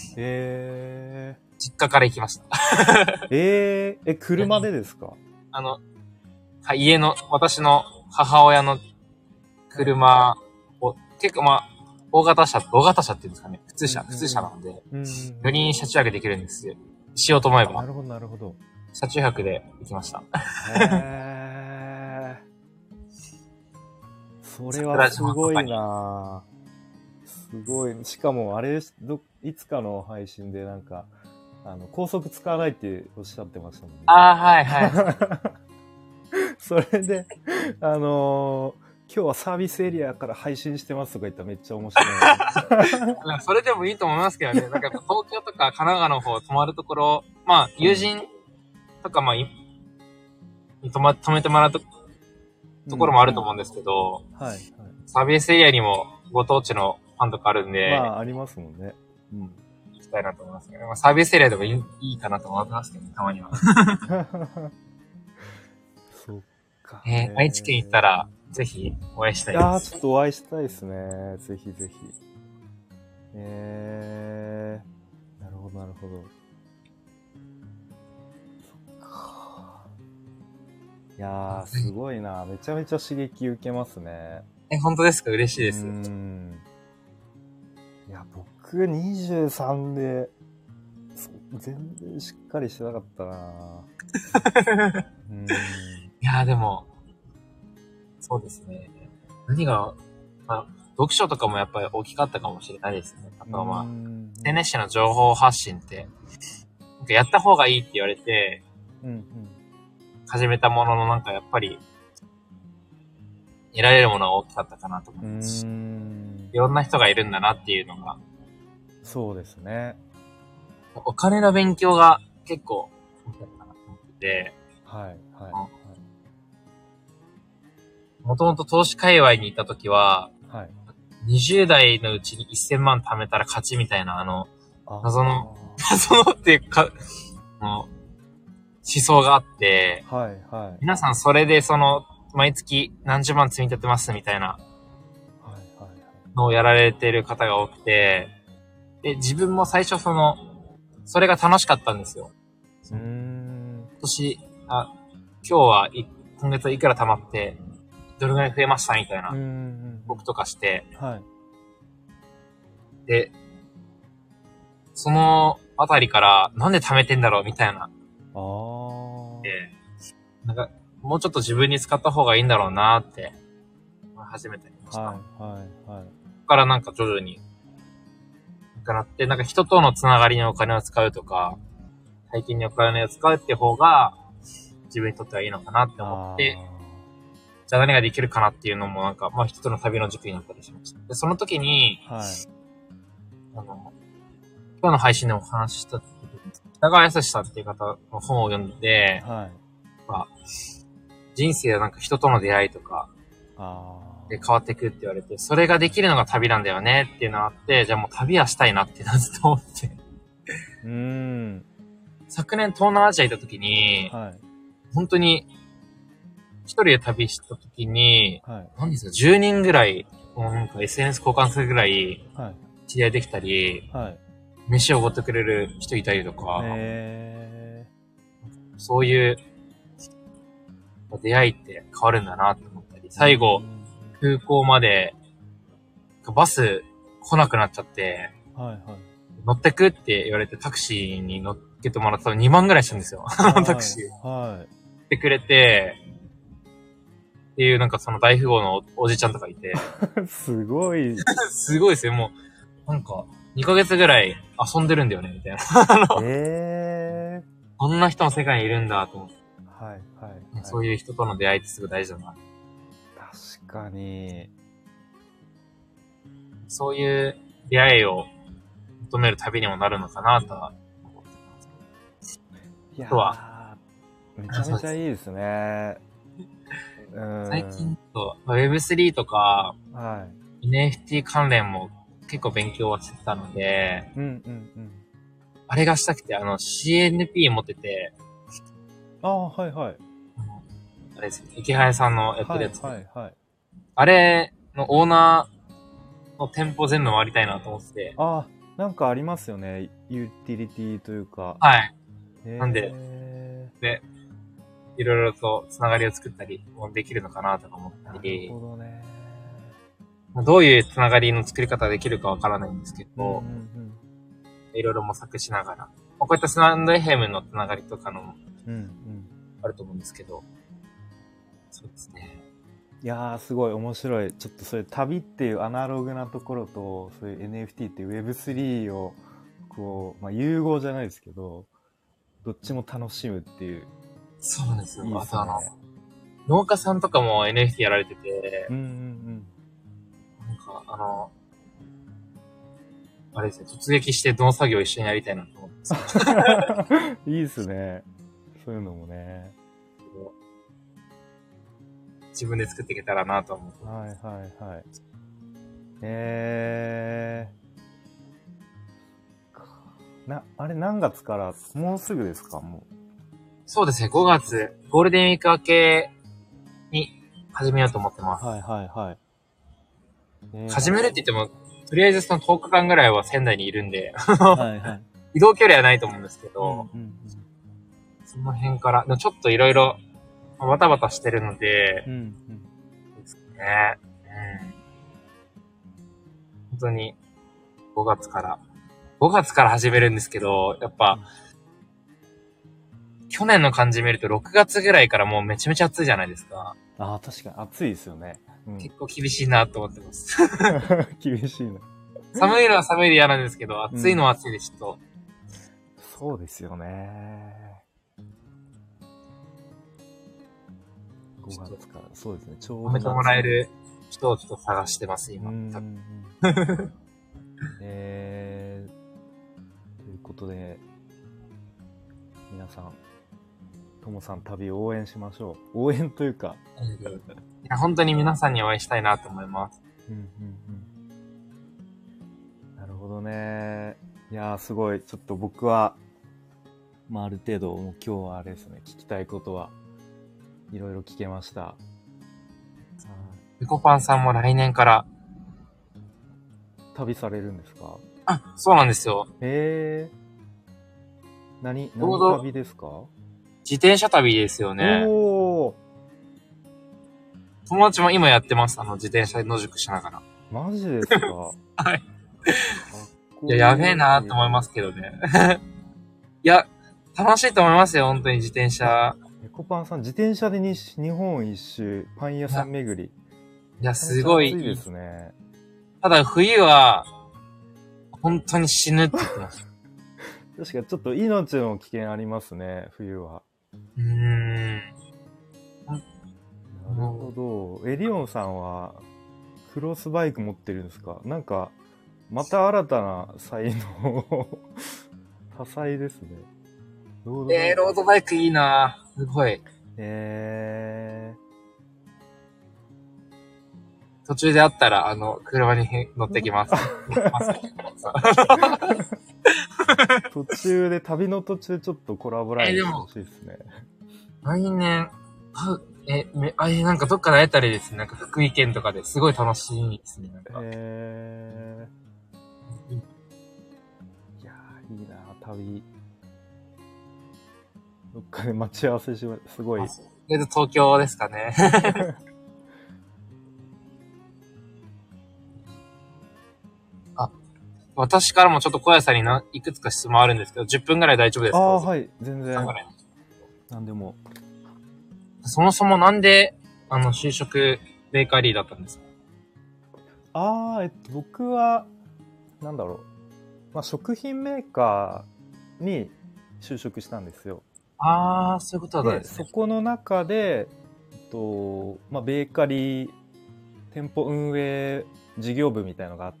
実家から行きました。 車でですか？ 家の、私の母親の車を、結構大型車っていうんですかね。普通車なので、4人車中泊できるんですよ。しようと思えば。 なるほど。 車中泊で行きました。 それはすごいな。すごい。しかも、いつかの配信でなんか、高速使わないっておっしゃってましたもんね。 はいはい。 それで、今日はサービスエリアから配信してますとか言ったらめっちゃ面白い。 それでもいいと思いますけどね。なんか東京とか神奈川の方泊まるところ、友人とかに泊めてもらうところもあると思うんですけど、サービスエリアにもご当地のファンとかあるんで、 ありますもんね。 行きたいなと思いますけど、サービスエリアでもいいかなと思ってますけどね、たまには。 そっか。 愛知県行ったら、ぜひお会いしたいです。 ちょっとお会いしたいですね。ぜひぜひ。なるほど。そっか。いやー、すごいな。めちゃめちゃ刺激受けますね。 本当ですか？嬉しいです。 いや、僕23で、全然しっかりしてなかったな。 いや、でも、そうですね。何が、読書とかもやっぱり大きかったかもしれないですね。あとはSNS の情報発信って、なんかやった方がいいって言われて、始めたもののなんかやっぱり、得られるものが大きかったかなと思いますし、いろんな人がいるんだなっていうのが。そうですね。お金の勉強が結構、大きかったかなと思ってて、もともと投資界隈にいたときは、20代のうちに1000万貯めたら勝ちみたいな、謎のっていうか、思想があって、皆さんそれで毎月何十万積み立てますみたいなのをやられてる方が多くて、で、自分も最初それが楽しかったんですよ。今月はいくら貯まって、 どれぐらい増えましたみたいな、 うん。 僕とかして、 はい。 で、そのあたりからなんで貯めてんだろうみたいな。 ああ。 で、なんか、もうちょっと自分に使った方がいいんだろうなって思い始めてました。 はい、はい、はい。 ここからなんか徐々に、なって、なんか人とのつながりにお金を使うとか、最近にお金を使うって方が、自分にとってはいいのかなって思って、じゃあ何ができるかなっていうのもなんか、まあ人との旅の軸になったりしました。で、その時に、 はい。 今日の配信でもお話しした北川康さんっていう方の本を読んで、 はい。 まあ、人生はなんか人との出会いとか、で変わっていくって言われて、それができるのが旅なんだよねっていうのがあって、じゃあもう旅はしたいなってずっと思って。昨年東南アジア行った時に、はい、本当に一人で旅した時に、はい、何ですか、10人ぐらい、なんか SNS 交換するぐらい、知り合いできたり、はい、飯をおごってくれる人いたりとか、そういう出会いって変わるんだなって思ったり、最後、空港までバス来なくなっちゃって、はいはい、乗ってくって言われてタクシーに乗っけてもらったら2万ぐらいしたんですよ。タクシー。はい。ってくれて、っていうなんかその大富豪の おじちゃんとかいて。 すごい。 すごいですよ。もう、なんか、2ヶ月ぐらい遊んでるんだよね、みたいな。こんな人も世界にいるんだ、と思って。はい、はい、はい。そういう人との出会いってすごい大事だな。 確かに。 そういう出会いを求める旅にもなるのかな、とは思ってます。 いやー、めちゃめちゃいいですね。 最近と Web3 とか、はい、NFT 関連も結構勉強はしてたので、あれがしたくて、CNP 持ってて、 はいはい。 あれですね、池早さんのやってるやつ。 はいはい。 あれのオーナーの店舗全部回りたいなと思ってて。 なんかありますよね。ユーティリティというか。 はい。なんで、いろいろとつながりを作ったりもできるのかなとか思ったり。 なるほどね。 どういうつながりの作り方ができるかわからないんですけど、いろいろ模索しながら。こういったスタンドFMのつながりとかの、あると思うんですけど。そうですね。 いやー、すごい面白い。ちょっとそれ旅っていうアナログなところと、そういう NFT っていう Web3 を、こう、融合じゃないですけど、どっちも楽しむっていう。 そうなんですよ。いいですね。あと農家さんとかも NFT やられてて、なんかあれですね、突撃して農作業一緒にやりたいなと思ってます。 いいですね。そういうのもね。 自分で作っていけたらなと思って。 はいはいはい。あれ何月から、もうすぐですか、もう。 そうですね、5月、ゴールデンウィーク明けに始めようと思ってます。 はいはいはい。 始めるって言っても、とりあえずその10日間ぐらいは仙台にいるんで、はいはい、移動距離はないと思うんですけど、その辺から、ちょっといろいろバタバタしてるので、ですね、本当に5月から始めるんですけど、やっぱ、去年の感じ見ると6月ぐらいからもうめちゃめちゃ暑いじゃないですか。 確かに暑いですよね。 結構厳しいなと思ってます。 厳しいな。 寒いのは寒いで嫌なんですけど、暑いのは暑いでちょっと。 そうですよね。5月から、そうですね、ちょうど。 褒めてもらえる人をちょっと探してます、今。 ということで、皆さん、ともさん旅を応援しましょう。応援というか。 いや、本当に皆さんに応援したいなと思います。 なるほどね。いやー、すごい。ちょっと僕は、ある程度、もう今日はあれですね、聞きたいことはいろいろ聞けました。 ペコパンさんも来年から旅されるんですか？ そうなんですよ。 何旅ですか？ 自転車旅ですよね。 友達も今やってます。自転車野宿しながら。 マジですか？ はい。 かっこいや、やべえなーと思いますけどね。いや、楽しいと思いますよ、本当に自転車。 エコパンさん、自転車で日本一周、パン屋さん巡り。 いや、すごい暑いですね。 ただ冬は、本当に死ぬって言ってました。 確かにちょっと命の危険ありますね、冬は。 ななるほど。エリオンさんは、クロスバイク持ってるんですか？なんか、また新たな才能、多彩ですね。 ロードバイクいいなぁ。すごい。途中で会ったら、車に乗ってきます。 途中で、旅の途中ちょっとコラボライブしてほしいですね。 来年、なんかどっかで会えたらいいですね。なんか福井県とかですごい楽しいですね。なんかいやー、いいな旅。どっかで待ち合わせします。すごい。 東京ですかね。私からもちょっと小屋さんにいくつか質問あるんですけど、10分ぐらい大丈夫ですか？ はい、全然。なんでも。 そもそもなんで、就職ベーカリーだったんですか？ 僕は、なんだろう。食品メーカーに就職したんですよ。 そういうことだったんですね。 で、そこの中で、ベーカリー店舗運営事業部みたいのがあって、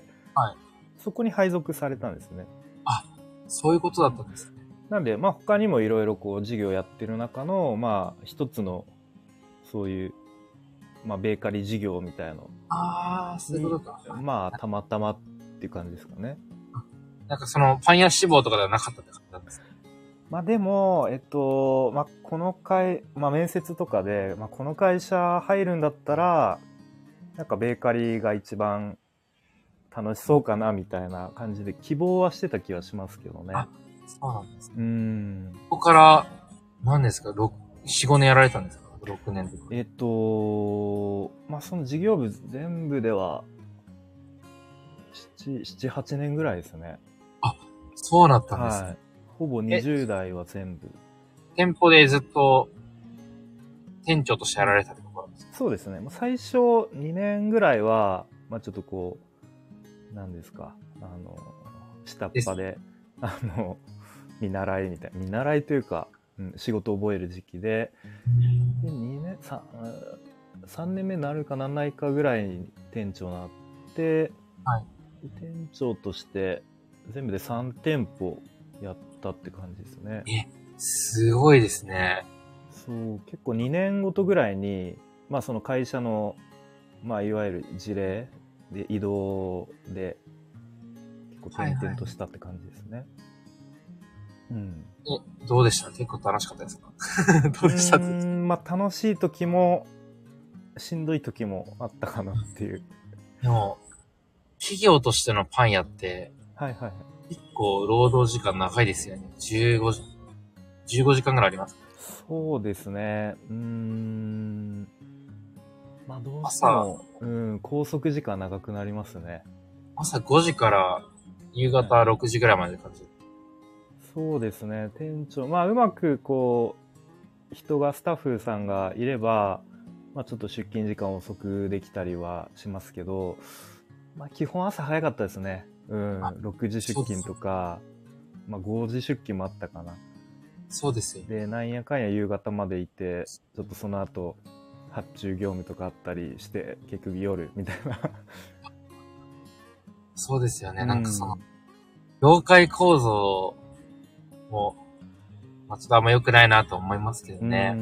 はい。 そこに配属されたんですね。 そういうことだったんですね。 なんで、他にもいろいろ事業やってる中の、一つの、そういう、ベーカリー事業みたいの。 そういうことか。 たまたまっていう感じですかね。 なんかパン屋志望とかではなかったって感じなんですか？ でも、この面接とかで、この会社入るんだったら、なんかベーカリーが一番楽しそうかなみたいな感じで希望はしてた気はしますけどね。 そうなんですね。ここから、何ですか ?4、5年やられたんですか ?6 年とか。 その事業部全部では、7、8年ぐらいですね。 そうなったんですね。はい。 ほぼ20代は全部。 店舗でずっと、店長としてやられたってことなんですか？ そうですね。最初2年ぐらいは、ちょっと何ですか、下っ端で、見習いみたいな。見習いというか、仕事を覚える時期で、3年目になるかなんないかぐらいに店長になって、 はい、 店長として全部で3店舗やったって感じですね。 すごいですね。 そう、結構2年ごとぐらいに、その会社の、いわゆる事例で移動で、結構転々としたって感じですね。 どうでした？結構楽しかったですか？どうでした？ 楽しい時も、しんどい時もあったかなっていう。 でも、企業としてのパン屋って、結構労働時間長いですよね。15時間ぐらいあります。 そうですね。どうしても、拘束時間長くなりますね。 朝5時から夕方6時ぐらいまで感じる。 そうですね。店長、うまくスタッフさんがいれば、ちょっと出勤時間遅くできたりはしますけど、基本朝早かったですね。6時出勤とか、5時出勤もあったかな。 そうですよ。 で、なんやかんや夕方までいて、ちょっとその後、発注業務とかあったりして、結局夜みたいな。 そうですよね。なんか業界構造も、ちょっとあんま良くないなと思いますけどね。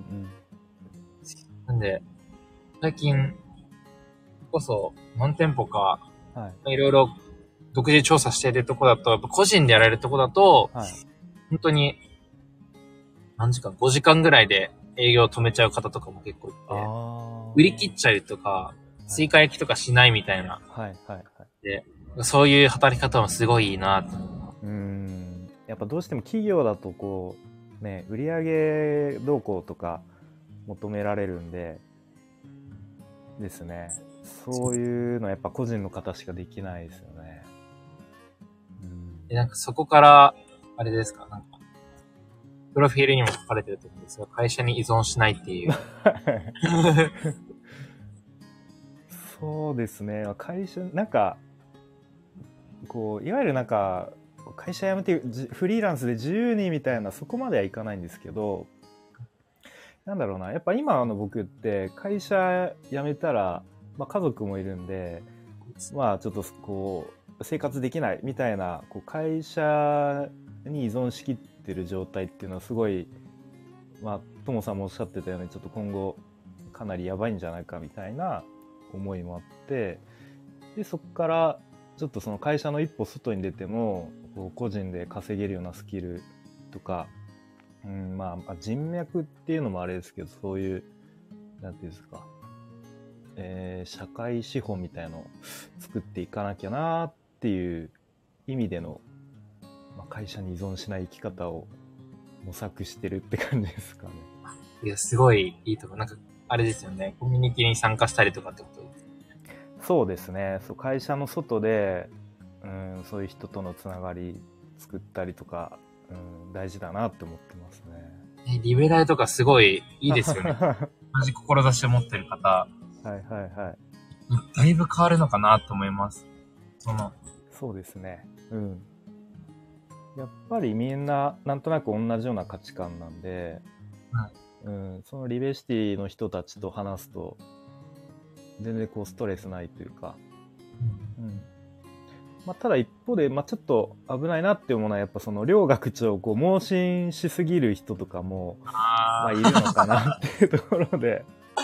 なんで、最近こそ何店舗か、いろいろ独自調査しているとこだと、やっぱ個人でやられるとこだと、本当に何時間 ?5 時間ぐらいで営業を止めちゃう方とかも結構いて、売り切っちゃうとか、追加焼きとかしないみたいな。で、そういう働き方もすごいいいなと思います。 やっぱどうしても企業だと売上動向とか求められるんで、 ですね。そういうのはやっぱ個人の方しかできないですよね。 で、なんかそこから、あれですか、なんか、プロフィールにも書かれてると思うんですが、会社に依存しないっていう。 そうですね。会社、なんか、こう、いわゆるなんか、会社辞めてフリーランスで自由にみたいな、そこまではいかないんですけど、なんだろうな、やっぱ今の僕って会社辞めたら、まあ、家族もいるんで、まあちょっとこう生活できないみたいな、こう会社に依存しきってる状態っていうのはすごい、まあともさんもおっしゃってたようにちょっと今後かなりやばいんじゃないかみたいな思いもあって、でそこからちょっとその会社の一歩外に出てもこう個人で稼げるようなスキルとか、まあ人脈っていうのもあれですけど、そういうなんていうんですか、社会資本みたいのを作っていかなきゃなっていう意味での、まあ、会社に依存しない生き方を模索してるって感じですかね。 いや、すごいいいとこ。なんか、あれですよね。コミュニティに参加したりとかってことです。 そうですね。そう、会社の外で、そういう人とのつながり作ったりとか、大事だなって思ってますね。 リベラルとかすごいいいですよね。同じ志を持ってる方、 はいはいはい。 だいぶ変わるのかなと思います。 そうですね。やっぱりみんななんとなく同じような価値観なんで、 はい、 そのリベシティの人たちと話すと全然こうストレスないというか、まあ、ただ一方で、まあ、ちょっと危ないなって思うのはやっぱその両学長をこう盲信しすぎる人とかもまあいるのかなっていうところで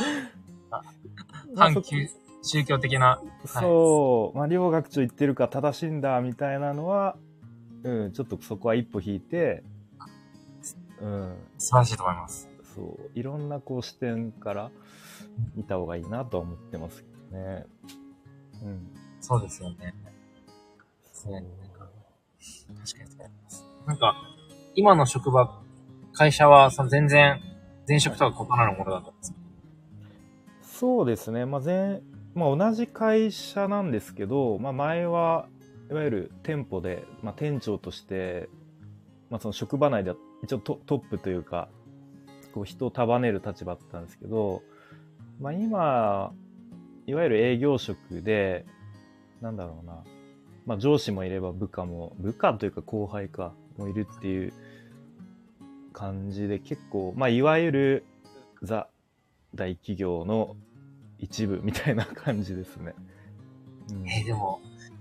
反宗教的な、 そう、まあ、両学長言ってるから正しいんだみたいなのは、ちょっとそこは一歩引いて、 素晴らしいと思います。 そう、いろんなこう視点から見た方がいいなとは思ってますけどね。 そうですよね。確かにそう思います。なんか、今の職場、会社はその全然、前職とは異なるものだったんですか？ そうですね。まあ、同じ会社なんですけど、まあ、前はいわゆる店舗で、まあ、店長として、まあ、その職場内では一応トップというか、こう人を束ねる立場だったんですけど、まあ、今、いわゆる営業職で、なんだろうな、まあ、上司もいれば部下というか後輩もいるっていう感じで、結構、まあ、いわゆる大企業の一部みたいな感じですね。 でも、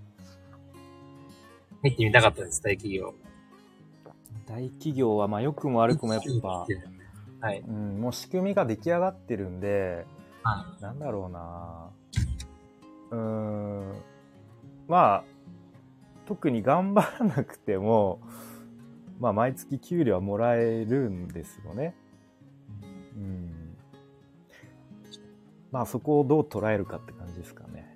入ってみたかったです、大企業。 大企業は、まあ、良くも悪くもやっぱ、 はい。 もう仕組みが出来上がってるんで、 はい、 なんだろうな、まあ、特に頑張らなくても、まあ、毎月給料はもらえるんですよね。まあ、そこをどう捉えるかって感じですかね。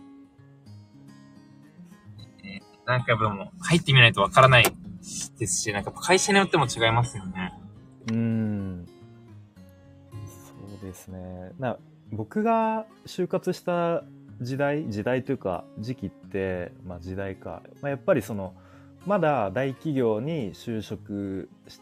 なんかでも、入ってみないとわからないですし、なんか会社によっても違いますよね。 そうですね。僕が就活した時代というか時期って、まあ時代か。まあ、やっぱりその、まだ大企業に就職して、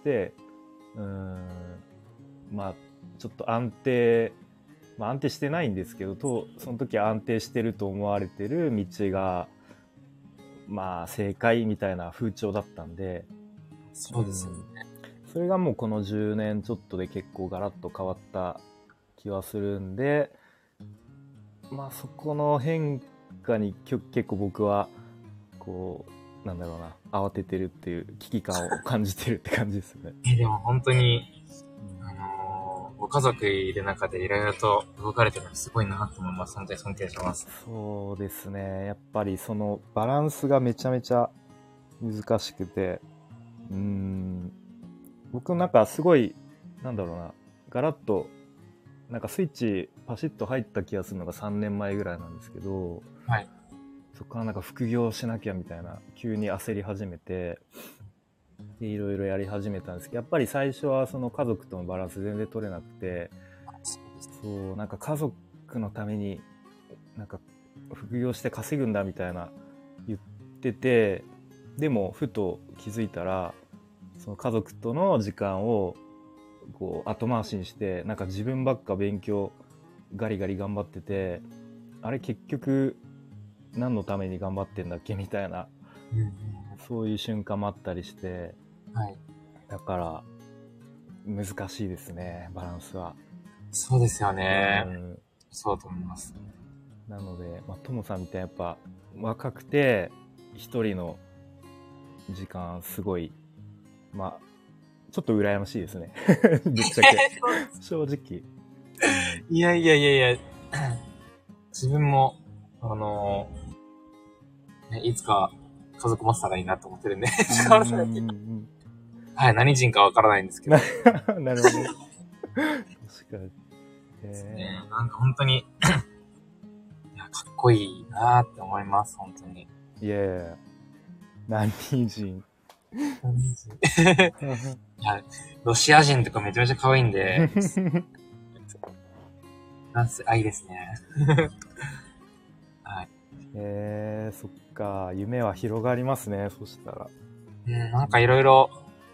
まあちょっと安定してないんですけど、その時は安定してると思われてる道が、まあ正解みたいな風潮だったんで、 そうですよね。 それがもうこの10年ちょっとで結構ガラッと変わった気はするんで、まあそこの変化に結構僕はこうなんだろうな、慌ててるっていう危機感を感じてるって感じですね。 でも本当に、ご家族いる中でいろいろと動かれてるのすごいなと思います。本当に尊敬します。 そうですね。やっぱりそのバランスがめちゃめちゃ難しくて、僕なんかすごいなんだろうな、ガラッとなんかスイッチパシッと入った気がするのが3年前ぐらいなんですけど、 はい。 そこからなんか副業しなきゃみたいな急に焦り始めて、でいろいろやり始めたんですけど、やっぱり最初はその家族とのバランス全然取れなくて、そうなんか家族クのためになんか副業して稼ぐんだみたいな言ってて、でもふと気づいたらその家族との時間をこう後回しにして、なんか自分ばっか勉強ガリガリ頑張ってて、あれ結局何のために頑張ってんだっけみたいな、そういう瞬間もあったりして、 はい。 だから難しいですね、バランスは。 そうですよね。 うん、 そうだと思います。 なので、ともさんみたいにやっぱ若くて一人の時間すごい、ちょっと羨ましいですね。ぶっちゃけ。正直。 いやいやいやいや、自分も、いつか家族持ってたらいいなと思ってるんで、はい、何人かわからないんですけど。 なるほど。確かに。 なんか本当に、いや、かっこいいなーって思います、本当に。 いやいや、何人いや、ロシア人とかめちゃめちゃ可愛いんで、いいですね。はい。 そっか、夢は広がりますね、そしたら。 なんかいろいろ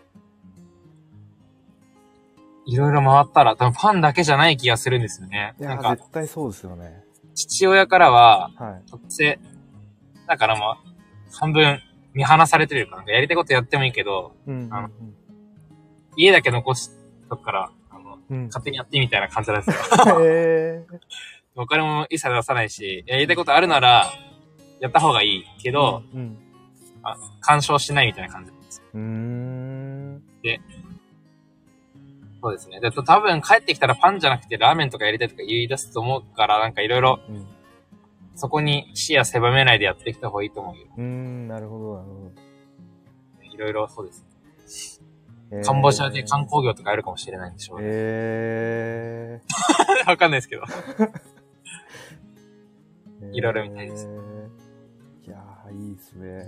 回ったら、多分ファンだけじゃない気がするんですよね。 いや、 なんか絶対そうですよね。 父親からは、 はい。 特性、だから半分見放されてるから、やりたいことやってもいいけど、家だけ残しとくから、勝手にやってみたいな感じなんですよ。お金も一切出さないし、やりたいことあるなら、やった方がいいけど、干渉しないみたいな感じです。で、そうですね。多分帰ってきたらパンじゃなくてラーメンとかやりたいとか言い出すと思うから、なんかいろいろ、そこに視野狭めないでやってきた方がいいと思うよ。 なるほど、なるほど。いろいろそうですね。カンボジアで観光業とかやるかもしれないんでしょうね。わかんないですけど。いろいろみたいです。 いやー、いいですね。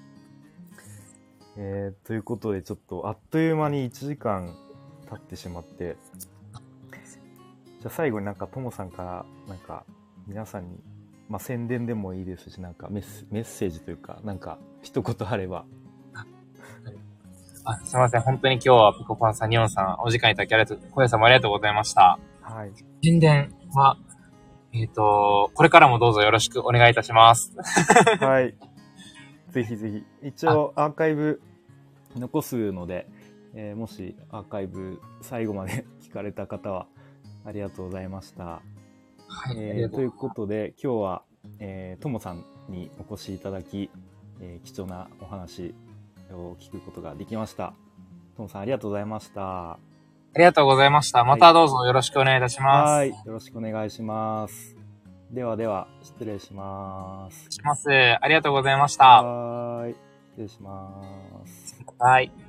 ということで、ちょっとあっという間に1時間経ってしまって、じゃあ最後になんかともさんからなんか皆さんに、宣伝でもいいですし、なんかメッセージというか、なんか一言あれば。 すいません。本当に今日はピコパンさん、ニオンさん、お時間いただき小屋さんもありがとうございました。 はい。 宣伝は、これからもどうぞよろしくお願いいたします。 はい。ぜひぜひ。一応アーカイブ残すので、もしアーカイブ最後まで聞かれた方はありがとうございました。 はい。 ということで今日は、ともさんにお越しいただき、貴重なお話を聞くことができました。ともさんありがとうございました。 ありがとうございました。またどうぞよろしくお願いいたします。 はい。よろしくお願いします。ではでは、失礼します。 ありがとうございました。 はい。失礼します。 はい。